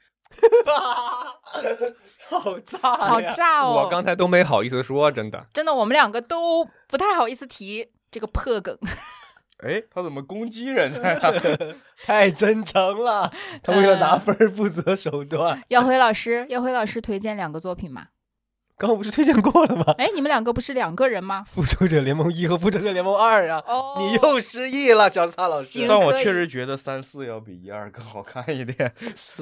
好炸， 好炸哦！ 我刚才都没好意思说，真的， 我们两个都不太好意思提这个破梗。 哎，他怎么攻击人家呀？太真诚了，他为了拿分不择手段。 耀辉老师推荐2个作品吗？ 刚刚不是推荐过了吗？ 哎，你们2个不是2个人吗？ 复仇者联盟1和复仇者联盟2啊！ 哦， 你又失忆了，小撒老师。 但我确实觉得3、4要比1、2更好看一点。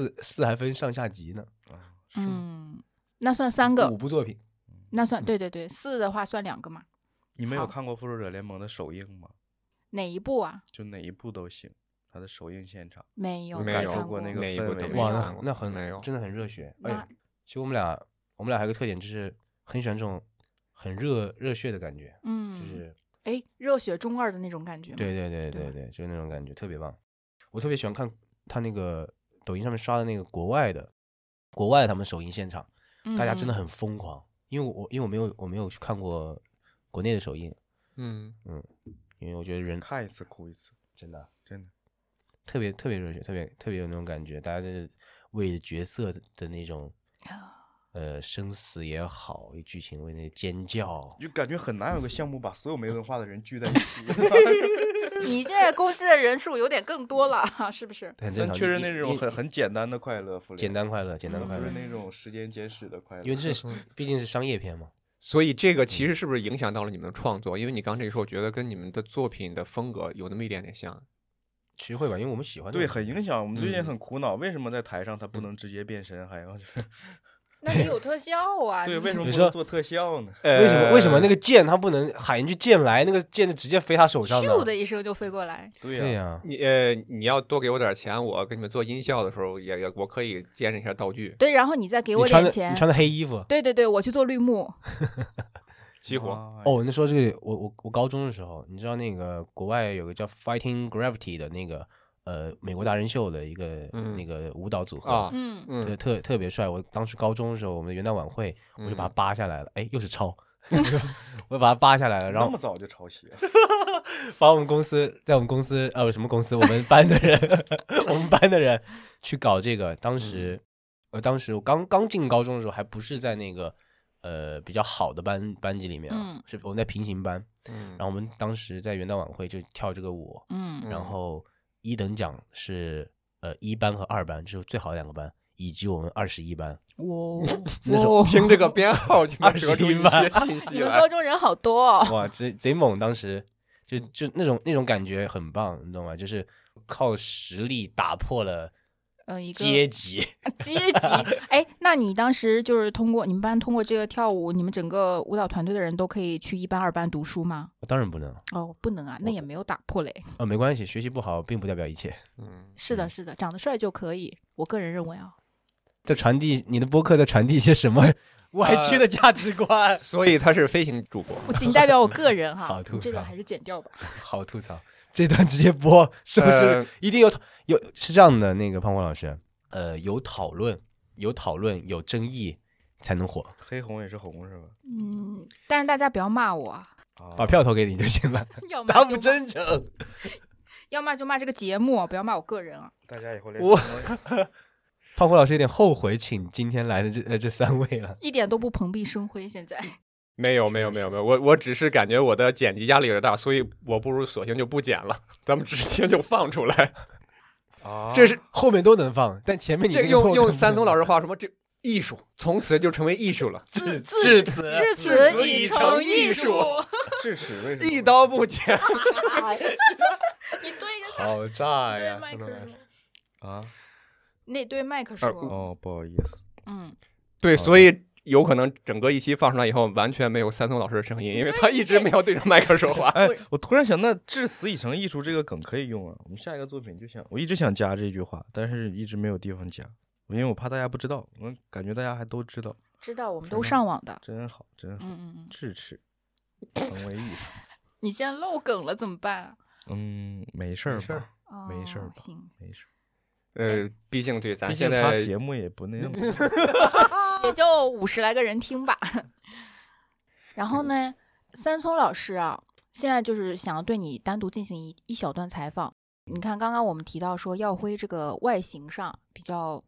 4还分上下集呢。 那算3个 5部作品。 那算对，4的话算2个嘛。 你们有看过复仇者联盟的首映吗？ 哪一部啊？ 就哪一部都行，它的首映现场没有感受过那个氛围。 哇，那很没有，真的很热血。其实我们俩还有个特点，就是很喜欢这种很热血的感觉。就是热血中二的那种感觉。 对，就是那种感觉特别棒。我特别喜欢看他那个抖音上面刷的那个国外他们首映现场，大家真的很疯狂。因为我没有去看过国内的首映。因为我觉得人看一次哭一次， 真的特别热血，特别有那种感觉。大家就是为角色的那种生死也好，为剧情为那尖叫， 就感觉很难有个项目把所有没文化的人聚在一起。 你现在攻击的人数有点更多了，是不是？ 很正常， 确实那种很简单的快乐， 简单快乐， 就是那种时间简史的快乐。 因为这毕竟是商业片嘛。 所以这个其实是不是影响到了你们的创作？因为你刚这个时候觉得跟你们的作品的风格有那么一点点像。 其实会吧，因为我们喜欢。 对，很影响。我们最近很苦恼，为什么在台上他不能直接变身，还要？ 那得有特效啊！ 对，为什么不能做特效呢？ 为什么那个剑他不能喊一句剑来，那个剑就直接飞他手上呢？ 咻的一声就飞过来。 对呀， 你要多给我点钱，我给你们做音效的时候也我可以兼任一下道具。 对，然后你再给我点钱。 你穿的黑衣服。 对，我去做绿幕。 起火哦！那说这个，我高中的时候，你知道那个国外有个叫 Fighting Gravity 的那个美国达人秀的一个那个舞蹈组合特别帅。我当时高中的时候，我们的元旦晚会，我就把它扒下来了。哎，又是抄，我就把它扒下来了。然后那么早就抄袭了， 把我们公司什么公司？我们班的人去搞这个。当时我刚进高中的时候，还不是在那个比较好的班级里面是我们在平行班。然后我们当时在元旦晚会就跳这个舞。然后1等奖是1班和2班，就是最好的2个班，以及我们21班。 那种听这个编号就能得出一些信息来。 你们高中人好多哦！ 哇，贼猛！当时就那种感觉很棒，你懂吗？就是靠实力打破了一个阶级。 哎，那你当时就是你们班通过这个跳舞，你们整个舞蹈团队的人都可以去1班、2班读书吗？ 当然不能。 哦，不能啊，那也没有打破嘞。 没关系，学习不好并不代表一切。 是的，长得帅就可以。我个人认为啊， 在传递你的播客，在传递一些什么歪曲的价值观？ 所以他是飞行主播。 我仅代表我个人哈。 好吐槽， 这段还是剪掉吧。 好吐槽，这段直接播，是不是？一定有是这样的，那个胖虎老师，有讨论，有争议才能火。 黑红也是红是吧？ 但是大家不要骂我， 把票投给你就行了。他不真诚。 要骂就骂这个节目，不要骂我个人啊。 大家以后胖虎老师有点后悔请今天来的这3位了， 一点都不蓬荜生辉。现在没有，我只是感觉我的剪辑压力有点大，所以我不如索性就不剪了，咱们直接就放出来。这是后面都能放，但前面你这用三松老师话说，这艺术从此就成为艺术了。 至此已成艺术。 至此为什么一刀不剪？ 你对着他，好炸呀！ 麦克啊， 那对麦克说。 哦，不好意思。 对，所以有可能整个一期放出来以后完全没有三聪老师的声音，因为他一直没有对着麦克说话。 哎，我突然想，那至死已成艺术这个梗可以用啊。我们下一个作品我一直想加这句话，但是一直没有地方加，因为我怕大家不知道。我感觉大家还都知道， 我们都上网的， 真好，真好。智齿成为艺术。 你现在漏梗了怎么办？ 没事儿吧，没事儿， 行， 没事儿。 毕竟对咱现在节目也不那样， 也就50来个人听吧。然后呢，三聪老师啊，现在就是想要对你单独进行一小段采访。你看，刚刚我们提到说耀辉这个外形上比较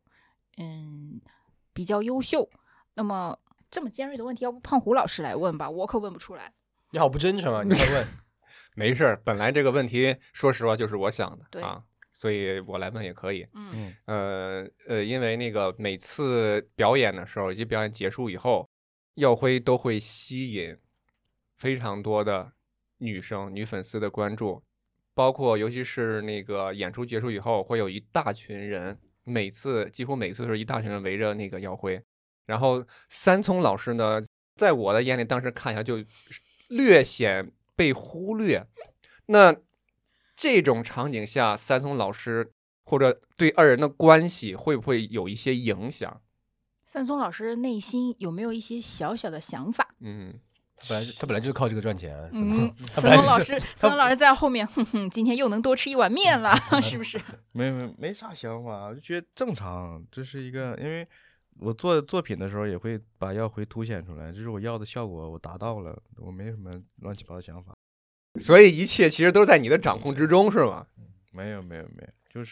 优秀，那么这么尖锐的问题，要不胖虎老师来问吧，我可问不出来。 你好不真诚啊！你快问。 没事，本来这个问题说实话就是我想的啊。所以我来问也可以。因为那个每次表演的时候以及表演结束以后，耀辉都会吸引非常多的女粉丝的关注，包括尤其是那个演出结束以后，会有一大群人，几乎每次都是一大群人围着那个耀辉。然后三聪老师呢，在我的眼里当时看起来就略显被忽略。那这种场景下，三聪老师或者对二人的关系会不会有一些影响？ 三聪老师内心有没有一些小小的想法？ 他本来就是靠这个赚钱。 三聪老师在后面，今天又能多吃一碗面了，是不是？ 没啥想法，我就觉得正常。这是一个，因为我做作品的时候也会把耀辉凸显出来，这是我要的效果，我达到了，我没什么乱七八糟想法。 所以一切其实都在你的掌控之中，是吗？ 没有，就是，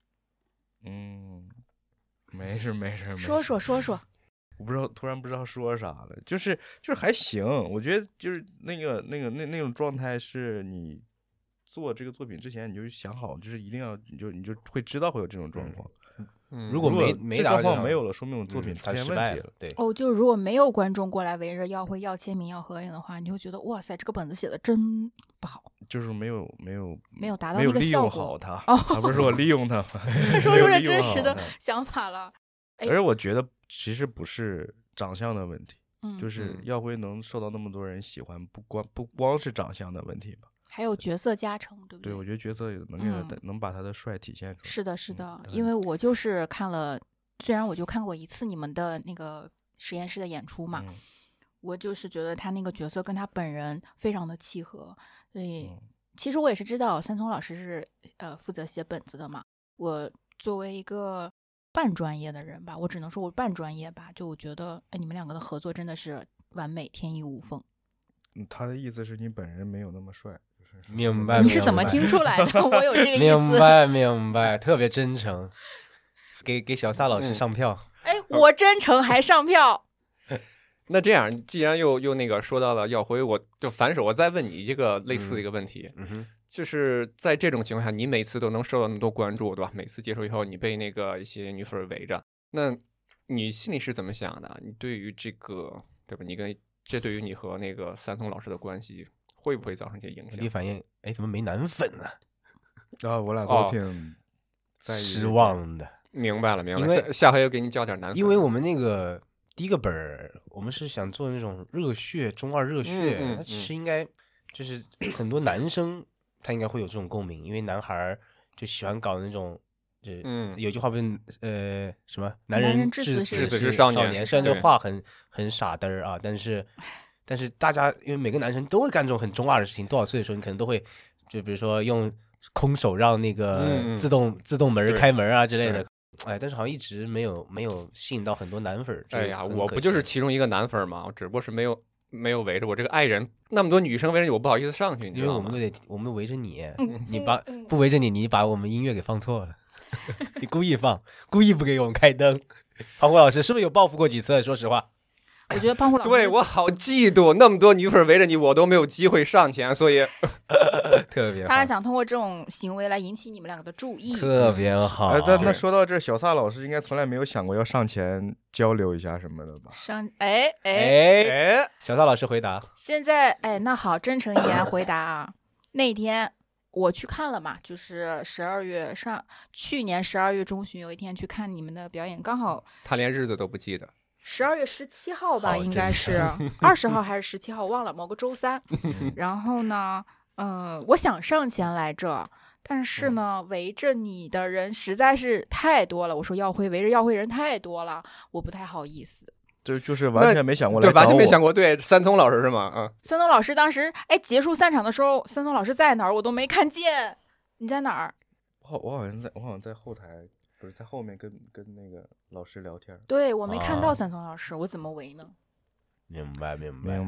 没事。 说， 我不知道，突然不知道说啥了，就是还行，我觉得就是那种状态是你做这个作品之前你就想好，就是一定要你就会知道会有这种状况。 如果没状况没有了，说明我作品出现问题了。 对。 就如果没有观众过来围着耀辉要签名要合影的话，你会觉得哇塞，这个本子写的真不好。 就是没有达到那个效果。 利用好它，而不是我利用它。 他说出了真实的想法了。 而且我觉得其实不是长相的问题，就是耀辉能受到那么多人喜欢，不光是长相的问题吧。 还有角色加成，对不对？ 对，我觉得角色能把他的帅体现出来。 是的，因为我就是看了，虽然我就看过一次你们的那个实验室的演出嘛，我就是觉得他那个角色跟他本人非常的契合，所以其实我也是知道三聪老师是负责写本子的嘛。我作为一个半专业的人吧，我只能说我半专业吧，就我觉得你们两个的合作真的是完美，天衣无缝。 他的意思是你本人没有那么帅。 明白。 你是怎么听出来的？我有这个意思。明白，特别真诚。给小撒老师上票。 我真诚还上票。 那这样，既然又那个说到了耀辉，我就反手我再问你这个类似的一个问题，就是在这种情况下，你每次都能受到那么多关注，对吧？每次结束以后，你被那个一些女粉围着，那你心里是怎么想的？你对于这个，对吧？这对于你和那个三聪老师的关系会不会造成一些影响？ 你反应，怎么没男粉呢？ 我俩都挺失望的。 明白了。下回又给你叫点男粉。 因为我们那个第一个本儿，我们是想做那种热血中二热血，它其实应该就是很多男生他应该会有这种共鸣，因为男孩就喜欢搞那种。有句话不是什么男人至死是少年，虽然这话很傻嘚儿啊，但是大家因为每个男生都会干这种很中二的事情，多少岁的时候你可能都会，就比如说用空手让那个自动门开门啊之类的，但是好像一直没有吸引到很多男粉。 我不就是其中一个男粉吗？我只不过是没有围着我这个爱人，那么多女生围着你，我不好意思上去， 因为我们围着你，你不围着你把我们音乐给放错了。你故意不给我们开灯。胖虎老师是不是有报复过几次？说实话， 我觉得胖虎老师对我好嫉妒，那么多女粉围着你，我都没有机会上前，所以特别好。 他想通过这种行为来引起你们两个的注意， 特别好。 那说到这，小撒老师应该从来没有想过要上前交流一下什么的吧？ 小撒老师回答。 现在那好，真诚一点回答啊。那天我去看了嘛，就是去年12月中旬有一天去看你们的表演，刚好他连日子都不记得， 12月17号吧，应该是20号还是17号，忘了，某个周三。然后呢，我想上前来着，但是呢，围着你的人实在是太多了。我说耀辉，围着耀辉人太多了，我不太好意思。 就是完全没想过来， 对，完全没想过。对，三聪老师是吗？ 三聪老师当时结束散场的时候，三聪老师在哪儿我都没看见。你在哪儿？ 我好像在后台。不是在后面跟那个老师聊天， 对，我没看到三松老师，我怎么围呢？ 明白，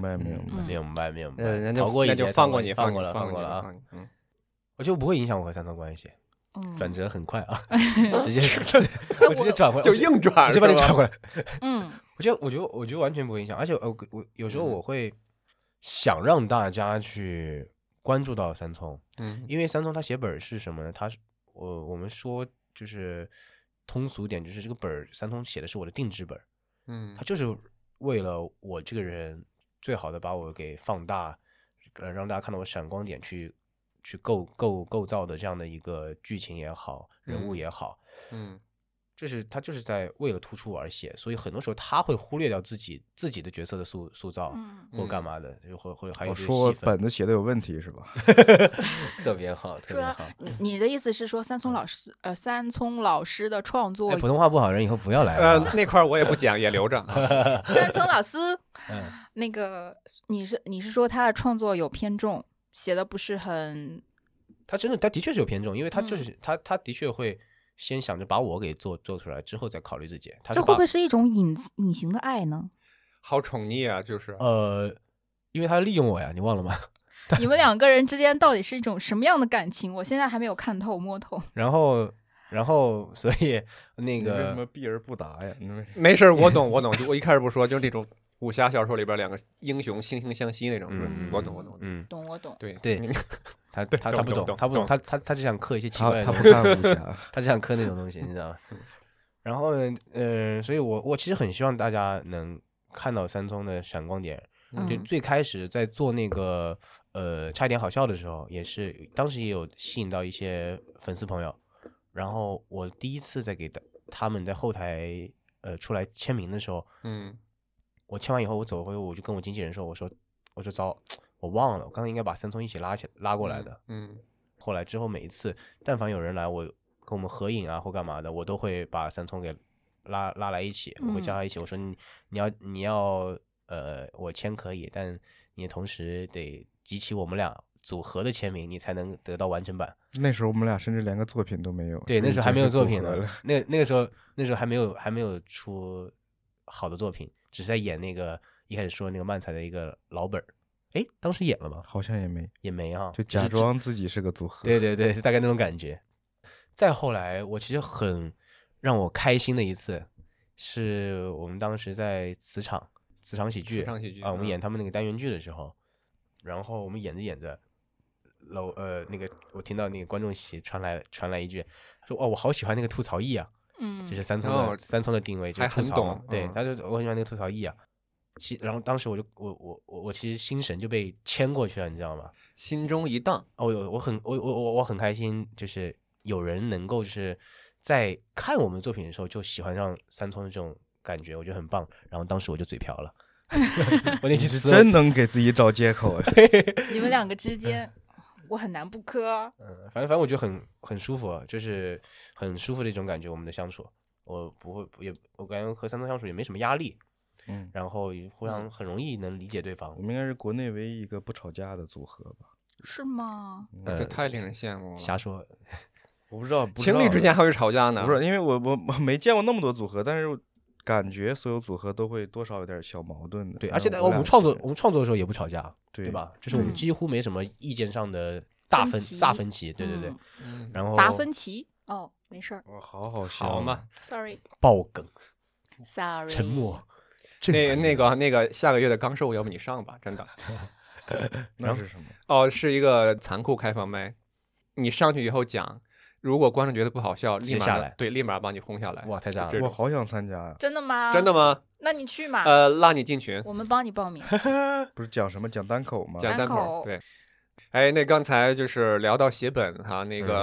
逃过一劫，放过你， 放过了啊。我就不会影响我和三松关系，转折很快啊，直接转回来， 就硬转， 就把你转回来。我觉得完全不会影响，而且我有时候我会想让大家去关注到三聪，因为三聪他写本是什么呢？他我们说。就是通俗点，就是这个本三聪写的是我的定制本，他就是为了我这个人最好的把我给放大，让大家看到我闪光点，去构造的这样的一个剧情也好，人物也好，他就是在为了突出而写，所以很多时候他会忽略掉自己的角色的塑造，或干嘛的，或还有说本子写的有问题是吧？ 特别好，特别好。 你的意思是说三聪老师的创作， 普通话不好人以后不要来了。 那块我也不讲，也留着。 三聪老师，那个你是说他的创作有偏重，写的不是很？ 他的确是有偏重，因为他就是他的确会。先想着把我给做出来，之后再考虑自己。 这会不会是一种隐形的爱呢？ 好宠溺啊，就是因为他利用我呀，你忘了吗？ 你们两个人之间到底是一种什么样的感情？我现在还没有看透摸透。 然后，所以那个为什么避而不答呀？ 没事，我懂。我一开始不说，就是那种武侠小说里边两个英雄惺惺相惜那种。我懂。 我懂。 对。他不懂，他只想刻一些奇怪的， 他不看武侠， 他只想刻那种东西，你知道吗？然后所以我其实很希望大家能看到三聪的闪光点。就最开始在做那个差一点好笑的时候，也是当时也有吸引到一些粉丝朋友。然后我第一次在给他们在后台出来签名的时候，我签完以后我走回我就跟我经纪人说，我说糟。我忘了，我刚才应该把三聪一起拉过来的。后来之后每一次，但凡有人来，我跟我们合影啊或干嘛的，我都会把三聪给拉来一起，我会叫他一起。我说你要我签可以，但你同时得集齐我们俩组合的签名，你才能得到完整版。 那时候我们俩甚至连个作品都没有。 对，那时候还没有作品呢。那个时候还没有出好的作品，只是在演那个一开始说那个漫才的一个老本。当时演了吗？ 好像也没啊， 就假装自己是个组合。 对，大概那种感觉。再后来，我其实很让我开心的一次，是我们当时在磁场喜剧啊，我们演他们那个单元剧的时候，然后我们演着，那个我听到那个观众席传来一句，说我好喜欢那个吐槽艺啊，就是三聪的定位，就是吐槽，对，他就我很喜欢那个吐槽艺啊。然后当时我其实心神就被牵过去了，你知道吗？ 心中一荡。 我很开心，就是有人能够就是在看我们的作品的时候就喜欢上三聪的这种感觉，我觉得很棒。然后当时我就嘴瓢了，我那句词真能给自己找借口。 你们两个之间，我很难不磕。 反正我觉得很舒服，就是很舒服的一种感觉。我们的相处，我不会我感觉和三聪相处也没什么压力。然后互相很容易能理解对方。 我们应该是国内唯一一个不吵架的组合吧？ 是吗？ 这太令人羡慕了。 瞎说， 我不知道。 情侣之间还会吵架呢？ 不是，因为我没见过那么多组合，但是感觉所有组合都会多少有点小矛盾的。 对，而且我们创作的时候也不吵架，对吧？就是我们几乎没什么意见上的大分歧。对。然后大分歧哦，没事儿。 好嘛 ，sorry， 爆梗 ，sorry， 沉默。 那个下个月的刚授，要不你上吧，真的。 那是什么？ 是一个残酷开放麦。你上去以后讲，如果观众觉得不好笑，立马把你轰下来。 哇，太炸了！ 我好想参加呀！ 真的吗？ 真的吗？ 那你去嘛。 拉你进群， 我们帮你报名。 不是讲什么？讲单口吗？ 讲单口。对。那刚才就是聊到写本哈，那个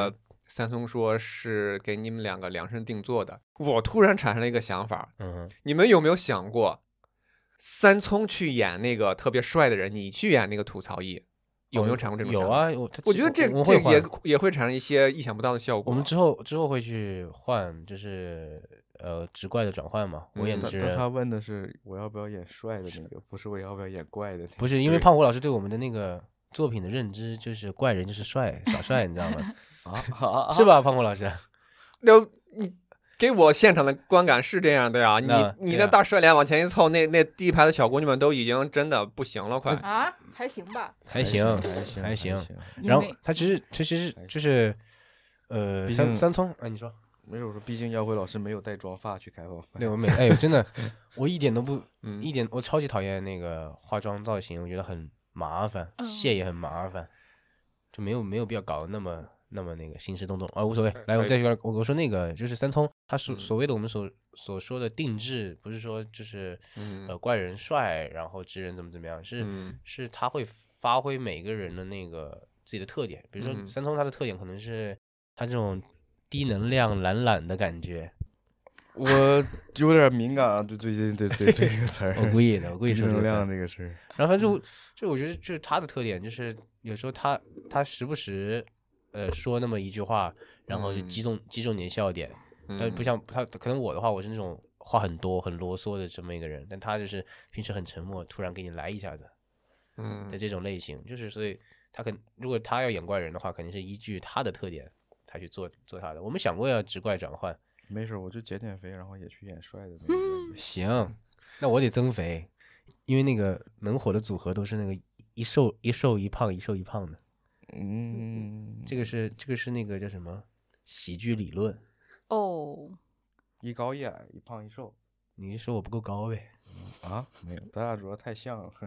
三聪说是给你们两个量身定做的，我突然产生了一个想法，你们有没有想过，三聪去演那个特别帅的人，你去演那个吐槽役，有没有产生这种想法？ 有啊， 我觉得这也会产生一些意想不到的效果。 我们之后会去换，就是直怪的转换嘛。我演的是， 他问的是我要不要演帅的那个，不是我要不要演怪的那个。 不是，因为胖虎老师对我们的那个作品的认知就是怪人就是帅耍帅，你知道吗？是吧，胖虎老师？ 你给我现场的观感是这样的呀，你那大帅脸往前一凑，那第一排的小姑娘们都已经真的不行了，快啊，还行吧， 还行。然后他其实就是三聪，你说没有说，毕竟耀辉老师没有带妆发去开放。 对，我真的，我一点都不我超级讨厌那个化妆造型，我觉得很麻烦，卸也很麻烦，就没有必要搞得那么那个兴师动众啊，无所谓。来，我再说，我说那个就是三聪，他所谓的我们所说的定制，不是说就是怪人帅，然后直人怎么样，是他会发挥每个人的那个自己的特点。比如说三聪他的特点可能是他这种低能量懒的感觉。 我有点敏感啊，对最近对这个词儿， 我故意说能量这个事儿。 然后反正就我觉得就是他的特点，就是有时候他时不时说那么一句话，然后就击中你的笑点。但不像他，可能我的话，我是那种话很多、很啰嗦的这么一个人，但他就是平时很沉默，突然给你来一下子，的这种类型，就是所以如果他要演怪人的话，肯定是依据他的特点，他去做他的。我们想过要直怪转换。 没事，我就减肥，然后也去演帅的那个。 行，那我得增肥，因为那个能火的组合都是那个一瘦一胖，一瘦一胖的。这个是那个叫什么喜剧理论哦， 一高一矮，一胖一瘦。 你是说我不够高呗？ 啊，没有，咱俩主要太像了。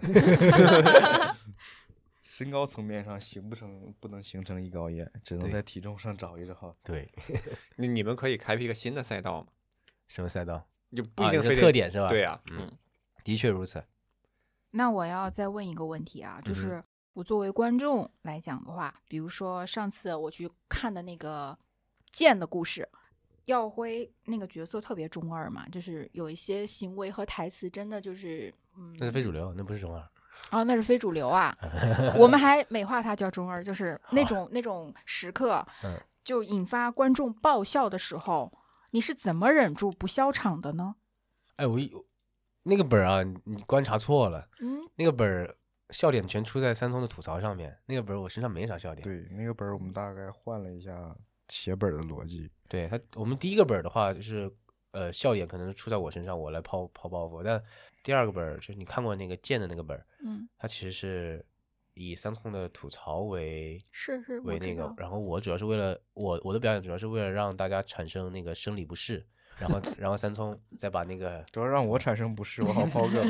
身高层面上不能形成一高一矮，只能在体重上找一找。 对， 你们可以开辟一个新的赛道嘛？ 什么赛道？ 就不一定非特点是吧？ 对呀， 的确如此。 那我要再问一个问题啊，就是我作为观众来讲的话，比如说上次我去看的那个剑的故事，耀辉那个角色特别中二嘛，就是有一些行为和台词真的就是那是非主流，那不是中二。 哦，那是非主流啊！我们还美化他叫中二，就是那种时刻，就引发观众爆笑的时候，你是怎么忍住不笑场的呢？ 哎，那个本啊，你观察错了。那个本笑点全出在三聪的吐槽上面，那个本我身上没啥笑点。 对，那个本我们大概换了一下写本的逻辑。 对我们第一个本的话，就是笑点可能出在我身上，我来抛包袱，但第二个本就是你看过那个剑的那个本，它其实是以三聪的吐槽为那个，然后我主要是为了我的表演主要是为了让大家产生那个生理不适，然后三聪再把那个主要让我产生不适，我好抛梗。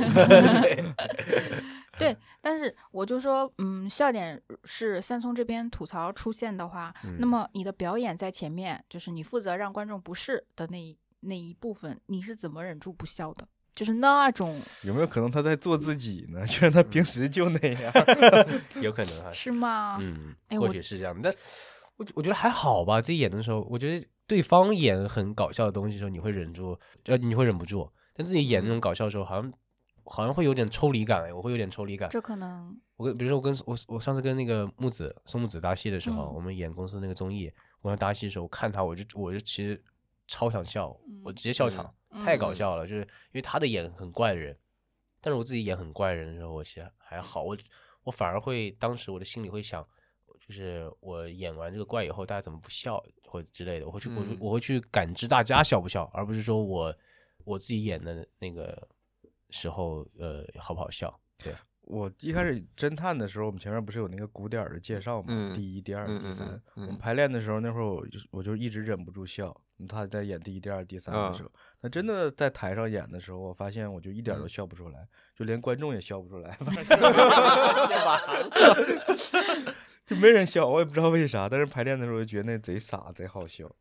对，但是我就说，笑点是三聪这边吐槽出现的话，那么你的表演在前面，就是你负责让观众不适的那一部分，你是怎么忍住不笑的？就是那种有没有可能他在做自己呢？觉得他平时就那样， 有可能哈？ 是吗？ 或许是这样的。但我觉得还好吧。自己演的时候，我觉得对方演很搞笑的东西的时候，你会忍不住。但自己演那种搞笑的时候，好像会有点抽离感。我会有点抽离感。 这可能比如说我上次跟那个宋木子搭戏的时候，我们演公司那个综艺，我要搭戏的时候，我看他我就其实超想笑，我直接笑场。太搞笑了，就是因为他的演很怪的人，但是我自己演很怪的人的时候，我其实还好，我反而会当时我的心里会想，就是我演完这个怪以后，大家怎么不笑或者之类的，我会去感知大家笑不笑，而不是说我自己演的那个时候好不好笑。对， 我一开始侦探的时候，我们前面不是有那个鼓点的介绍吗？第一、第二、第三。我们排练的时候，那会儿我就一直忍不住笑。他在演第一、第二、第三的时候，那真的在台上演的时候，我发现我就一点都笑不出来，就连观众也笑不出来，就没人笑，我也不知道为啥。但是排练的时候就觉得那贼傻贼好笑。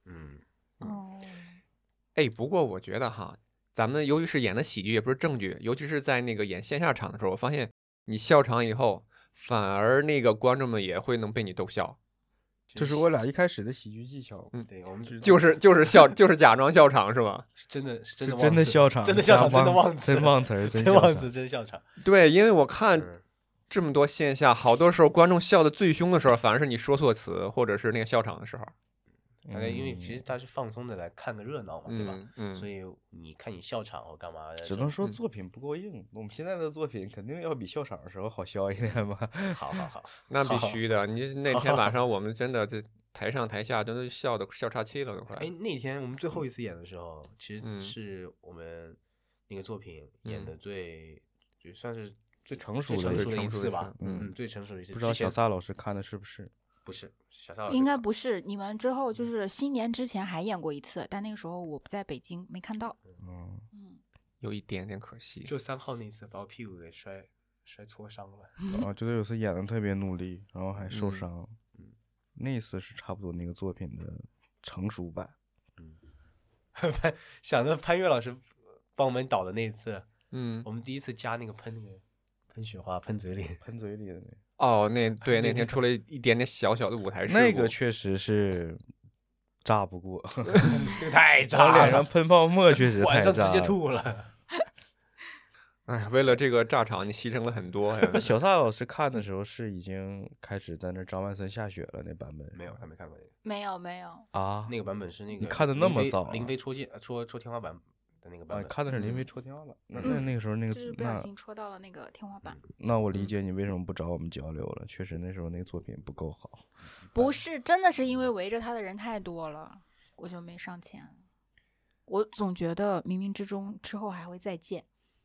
不过我觉得哈，咱们由于是演的喜剧，也不是正剧，尤其是在那个演线下场的时候，我发现你笑场以后，反而那个观众们也会能被你逗笑。 这是我俩一开始的喜剧技巧。 对，我们就是假装笑场是吧？ 真的笑场， 真的笑场，真的忘词， 真忘词， 真忘词，真笑场。 对，因为我看这么多线下，好多时候观众笑的最凶的时候，反而是你说错词或者是那个笑场的时候。 大概因为其实他是放松的来看个热闹嘛，对吧？所以你看你笑场或干嘛的， 只能说作品不够硬。我们现在的作品肯定要比笑场的时候好笑一点吧？ 好， 那必须的。你那天晚上我们真的这台上台下都笑岔气了，都快。 哎，那天我们最后一次演的时候，其实是我们那个作品演的就算是最成熟的一次吧。最成熟的一次。 不知道小撒老师看的是不是？ 不是，小撒老师应该不是。你们之后就是新年之前还演过一次，但那个时候我不在北京，没看到。 有一点点可惜。 就3号那次把我屁股给摔挫伤了。 觉得有次演的特别努力，然后还受伤。那次是差不多那个作品的成熟版。 想着潘越老师帮我们导的那一次，我们第一次加那个喷雪花喷嘴里的那个。 那天出了一点点小小的舞台事故， 那个确实是炸不过， 太炸了， 脸上喷泡沫确实太炸了， 晚上直接吐了。 哎，为了这个炸场，你牺牲了很多呀。 那小撒老师看的时候是已经开始在那张万森下雪了那版本？ 没有，他没看过那个。 没有啊， 那个版本是那个你看的那么早， 林飞戳天花板。那个版本看的是林飞戳天花板，那个时候那个就是不小心戳到了那个天花板。 那我理解你为什么不找我们交流了，确实那时候那个作品不够好。 不是，真的是因为围着他的人太多了，我就没上前。我总觉得冥冥之中之后还会再见。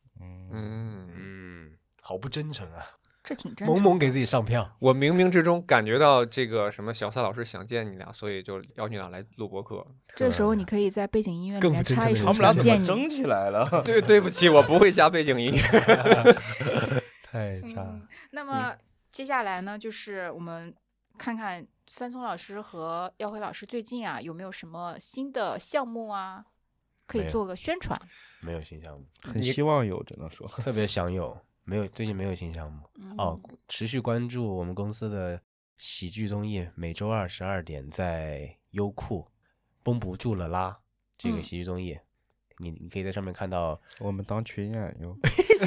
好不真诚啊！ 这挺真诚的， 萌给自己上票。 我冥冥之中感觉到这个什么小撒老师想见你俩，所以就邀你俩来录播客。 这时候你可以在背景音乐里面插一首他们俩怎么争起来了？ 对不起，我不会加背景音乐。 太差。 那么接下来呢，就是我们看看三松老师和耀辉老师最近啊有没有什么新的项目啊，可以做个宣传。 没有新项目， 很希望有，只能说特别想有。最近没有新项目。持续关注我们公司的喜剧综艺，每周二12点在优酷绷不住了啦这个喜剧综艺，你可以在上面看到我们当群演哟。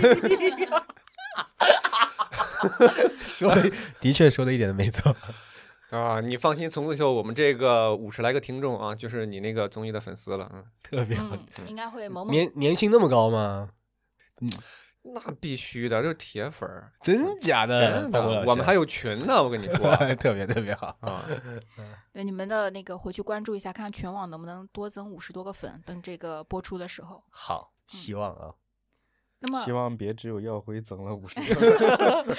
的确说的一点都没错啊！你放心，从此以后我们这个50来个听众啊，就是你那个综艺的粉丝了。 特别好。 应该会萌年薪那么高吗？ 那必须的，就是铁粉儿。 真假的？ 真的，我们还有群呢，我跟你说。 特别好啊！ 对，你们的那个回去关注一下，看全网能不能多增50多个粉，等这个播出的时候。 好，希望啊。 那么希望别只有耀辉增了50个。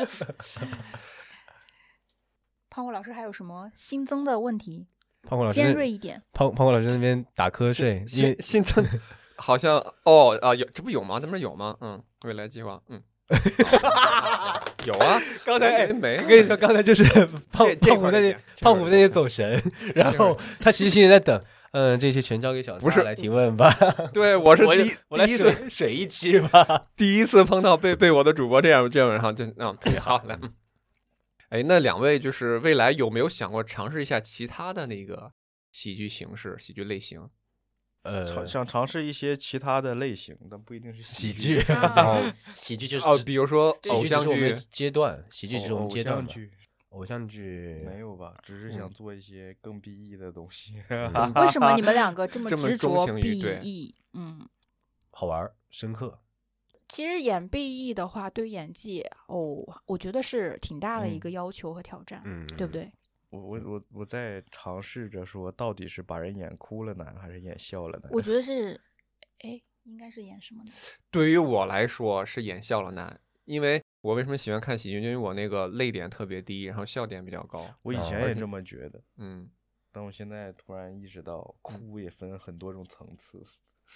胖虎老师还有什么新增的问题？ 胖虎老师尖锐一点。 胖虎老师那边打瞌睡， 新增好像有，这不有吗？咱们有吗？未来计划，有啊。 刚才没跟你说，刚才就是胖虎那些走神，然后他其实心里在等。这些全交给小撒来提问吧。 对，我是我来水一期吧。 第一次碰到被我的主播这样人哈，就特别好来。哎，那两位就是未来有没有想过尝试一下其他的那个喜剧形式、喜剧类型？ 想尝试一些其他的类型，但不一定是喜剧。喜剧就是比如说偶像剧阶段，喜剧这种阶段。 偶像剧没有吧，只是想做一些更 BE 的东西。 为什么你们两个这么执着 BE？ 好玩深刻。 其实演 BE 的话，对演技我觉得是挺大的一个要求和挑战，对不对？ 我在尝试着说，到底是把人演哭了难，还是演笑了难？ 我觉得是，应该是演什么呢？ 对于我来说是演笑了难，因为我为什么喜欢看喜剧？因为我那个泪点特别低，然后笑点比较高。 我以前也这么觉得，但我现在突然意识到，哭也分很多种层次。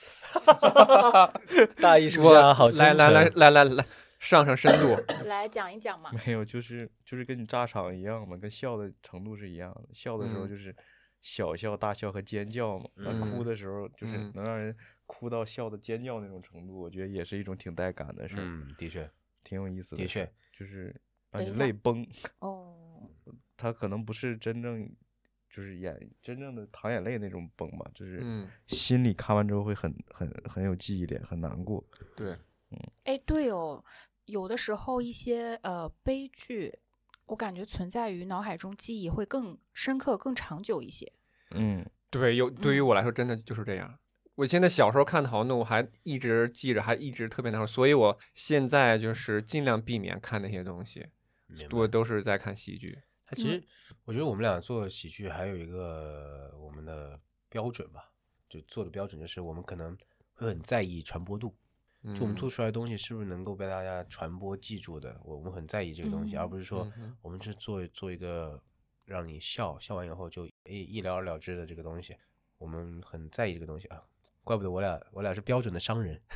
大艺术家好， 来，上深度， 来讲一讲嘛。 没有，就是跟你炸场一样嘛，跟笑的程度是一样的。笑的时候就是小笑、大笑和尖叫嘛，哭的时候就是能让人哭到笑的尖叫那种程度，我觉得也是一种挺带感的事。 的确挺有意思的。 的确， 就是把你泪崩。 他可能不是真正就是真正的淌眼泪那种崩吧，就是心里看完之后会很有记忆点，很难过。 对， 哎，对哦，有的时候一些悲剧，我感觉存在于脑海中，记忆会更深刻、更长久一些。 对，对于我来说真的就是这样。我现在小时候看的好多，我还一直记着，还一直特别难受，所以我现在就是尽量避免看那些东西，我都是在看喜剧。 他其实我觉得我们俩做喜剧还有一个我们的标准吧，就做的标准就是我们可能会很在意传播度，就我们做出来的东西是不是能够被大家传播记住的，我们很在意这个东西，而不是说我们是做一个让你笑完以后就一了了之的这个东西，我们很在意这个东西啊。怪不得我俩是标准的商人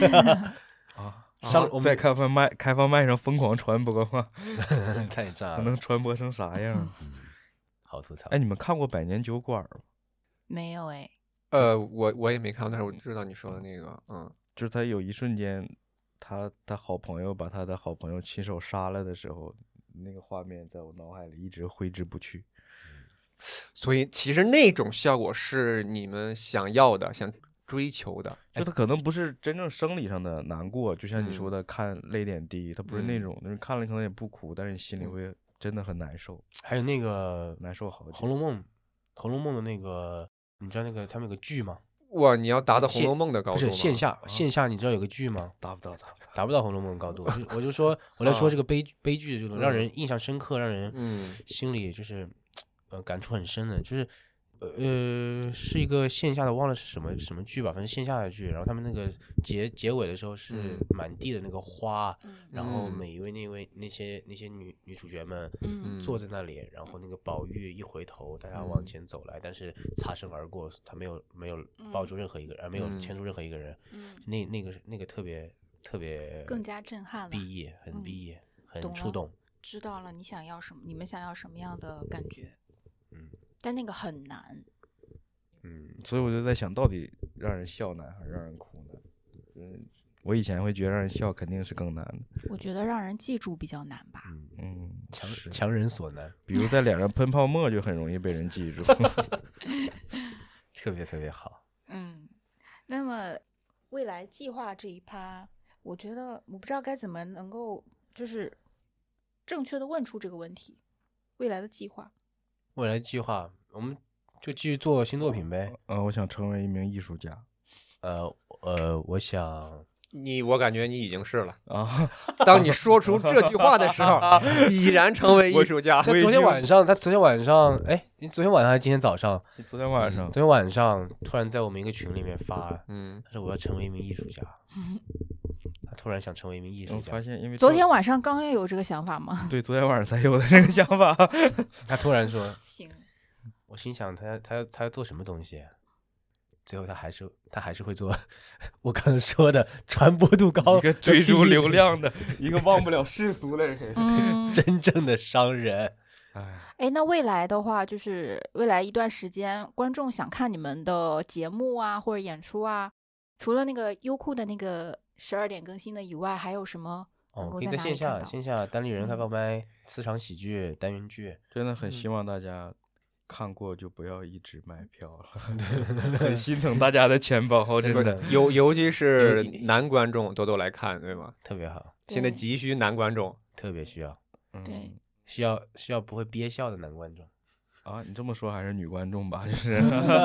我们在开放麦上疯狂传播吗？ 太炸了， 能传播成啥样？ 好吐槽。 哎，你们看过《百年酒馆》吗？ 没有哎。 我也没看过，但是我知道你说的那个， 就是他有一瞬间，他好朋友把他的好朋友亲手杀了的时候，那个画面在我脑海里一直挥之不去。 所以其实那种效果是你们想要的，想追求的， 就他可能不是真正生理上的难过，就像你说的看泪点低，他不是那种，看了可能也不哭，但是你心里会真的很难受。 还有那个难受好久。 红楼梦的那个，你知道那个他们有个剧吗？ 哇，你要达到红楼梦的高度吗？ 不是线下，你知道有个剧吗？ 达不到红楼梦的高度。我就说我在说这个悲剧这种让人印象深刻，让人心里就是感触很深的，就是是一个线下的，忘了是什么剧吧，反正线下的剧。然后他们那个结尾的时候是满地的那个花，然后每一位那些女主角们坐在那里，然后那个宝玉一回头，大家往前走来，但是擦身而过，他没有抱住任何一个人，没有牵住任何一个人。那个特别更加震撼了， 很毕业，很触动。 知道了你想要什么，你们想要什么样的感觉？但那个很难。 所以我就在想，到底让人笑难还是让人哭难？我以前会觉得让人笑肯定是更难的。 我觉得让人记住比较难吧。 强人所难。 比如在脸上喷泡沫就很容易被人记住。 特别特别好。 那么未来计划这一趴，我觉得我不知道该怎么能够就是正确的问出这个问题。未来的计划， 我们就继续做新作品呗。 我想成为一名艺术家。 我想我感觉你已经是了啊！当你说出这句话的时候，已然成为艺术家。 昨天晚上，哎，你昨天晚上还是今天早上？ 昨天晚上突然在我们一个群里面发，他说我要成为一名艺术家。他突然想成为一名艺术家。 我发现，因为昨天晚上刚有这个想法吗？ 对，昨天晚上才有的这个想法。 他突然说， 行。 我心想他要做什么东西？最后他还是会做我刚才说的传播度高， 一个追逐流量的，一个忘不了世俗的人， 真正的商人。 那未来的话，就是未来一段时间，观众想看你们的节目啊，或者演出啊，除了那个优酷的那个12点更新的以外，还有什么？ 可以在线下单立人开放麦、4场喜剧、单元剧， 真的很希望大家看过就不要一直买票了，很心疼大家的钱包，真的。 尤其是男观众多来看，对吗？ 特别好， 现在急需男观众， 特别需要。 对， 需要不会憋笑的男观众啊！你这么说还是女观众吧？就是，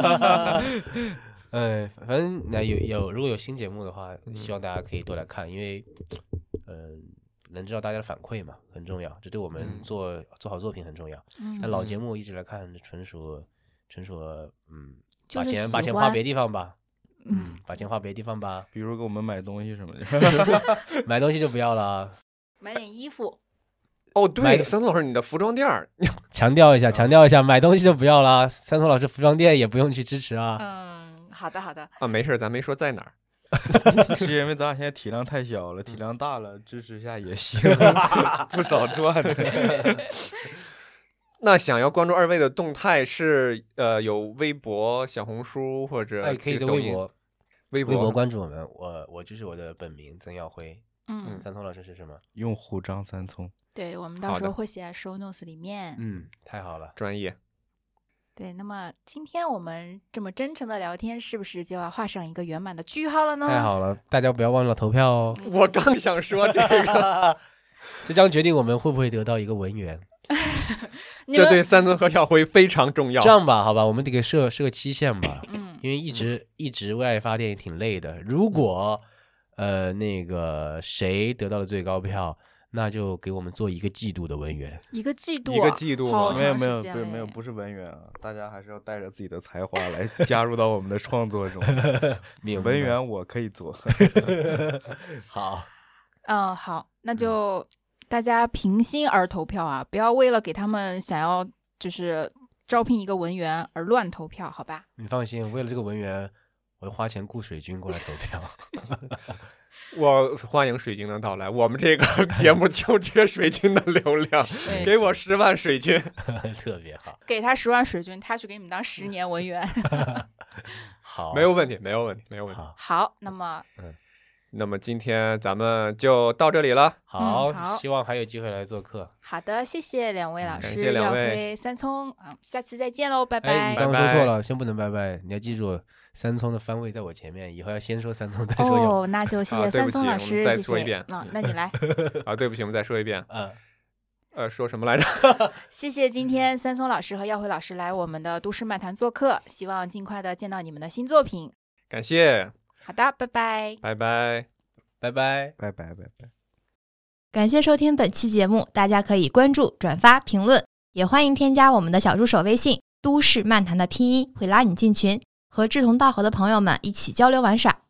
反正如果有新节目的话，希望大家可以多来看，因为能知道大家的反馈嘛，很重要，这对我们做好作品很重要。那老节目一直来看，纯属把钱花别地方吧。把钱花别地方吧， 比如给我们买东西什么的。 买东西就不要了， 买点衣服。 哦，对，三松老师，你的服装店强调一下，买东西就不要了。三松老师服装店也不用去支持啊。 好的。 没事，咱没说在哪儿。 是因为咱俩现在体量太小了，体量大了支持一下也行，不少赚的。 那想要关注二位的动态是有微博、小红书或者可以在微博关注我们。我就是我的本名曾耀辉， 三聪老师是什么？ 用户张三聪。 对，我们到时候会写在 show notes 里面。 太好了， 专业。 对，那么今天我们这么真诚的聊天，是不是就要画上一个圆满的句号了呢？ 太好了，大家不要忘了投票哦。 我刚想说这个， 这将决定我们会不会得到一个文员。 这对三聪和小辉非常重要。 这样吧，好吧，我们得给设个期限吧。因为一直为爱发电也挺累的。如果那个谁得到了最高票，那就给我们做1个季度的文员。 1个季度， 没有，不是文员啊，大家还是要带着自己的才华来加入到我们的创作中。文员我可以做。 好， 好，那就大家平心而投票啊，不要为了给他们想要就是招聘一个文员而乱投票，好吧？ 你放心，为了这个文员，我花钱雇水军过来投票。 我欢迎水军的到来，我们这个节目就缺水军的流量，给我10万水军， 特别好。 给他10万水军，他去给你们当10年文员。 好， 没有问题。 好， 那么今天咱们就到这里了。 好，希望还有机会来做客。 好的，谢谢2位老师， 感谢2位， 三聪，下次再见喽，拜拜。 你刚刚说错了，先不能拜拜，你要记住。三聪的番位在我前面，以后要先说三聪再说哦，那就谢谢三聪老师， 再说一遍。 那你来。 对不起，我们再说一遍。说什么来着？ 谢谢今天三聪老师和耀辉老师来我们的都市漫谈做客，希望尽快的见到你们的新作品。 感谢。 好的，拜拜。 拜拜。 拜拜。 感谢收听本期节目，大家可以关注、转发、评论，也欢迎添加我们的小助手微信“都市漫谈”的拼音，会拉你进群。和志同道合的朋友们一起交流玩耍。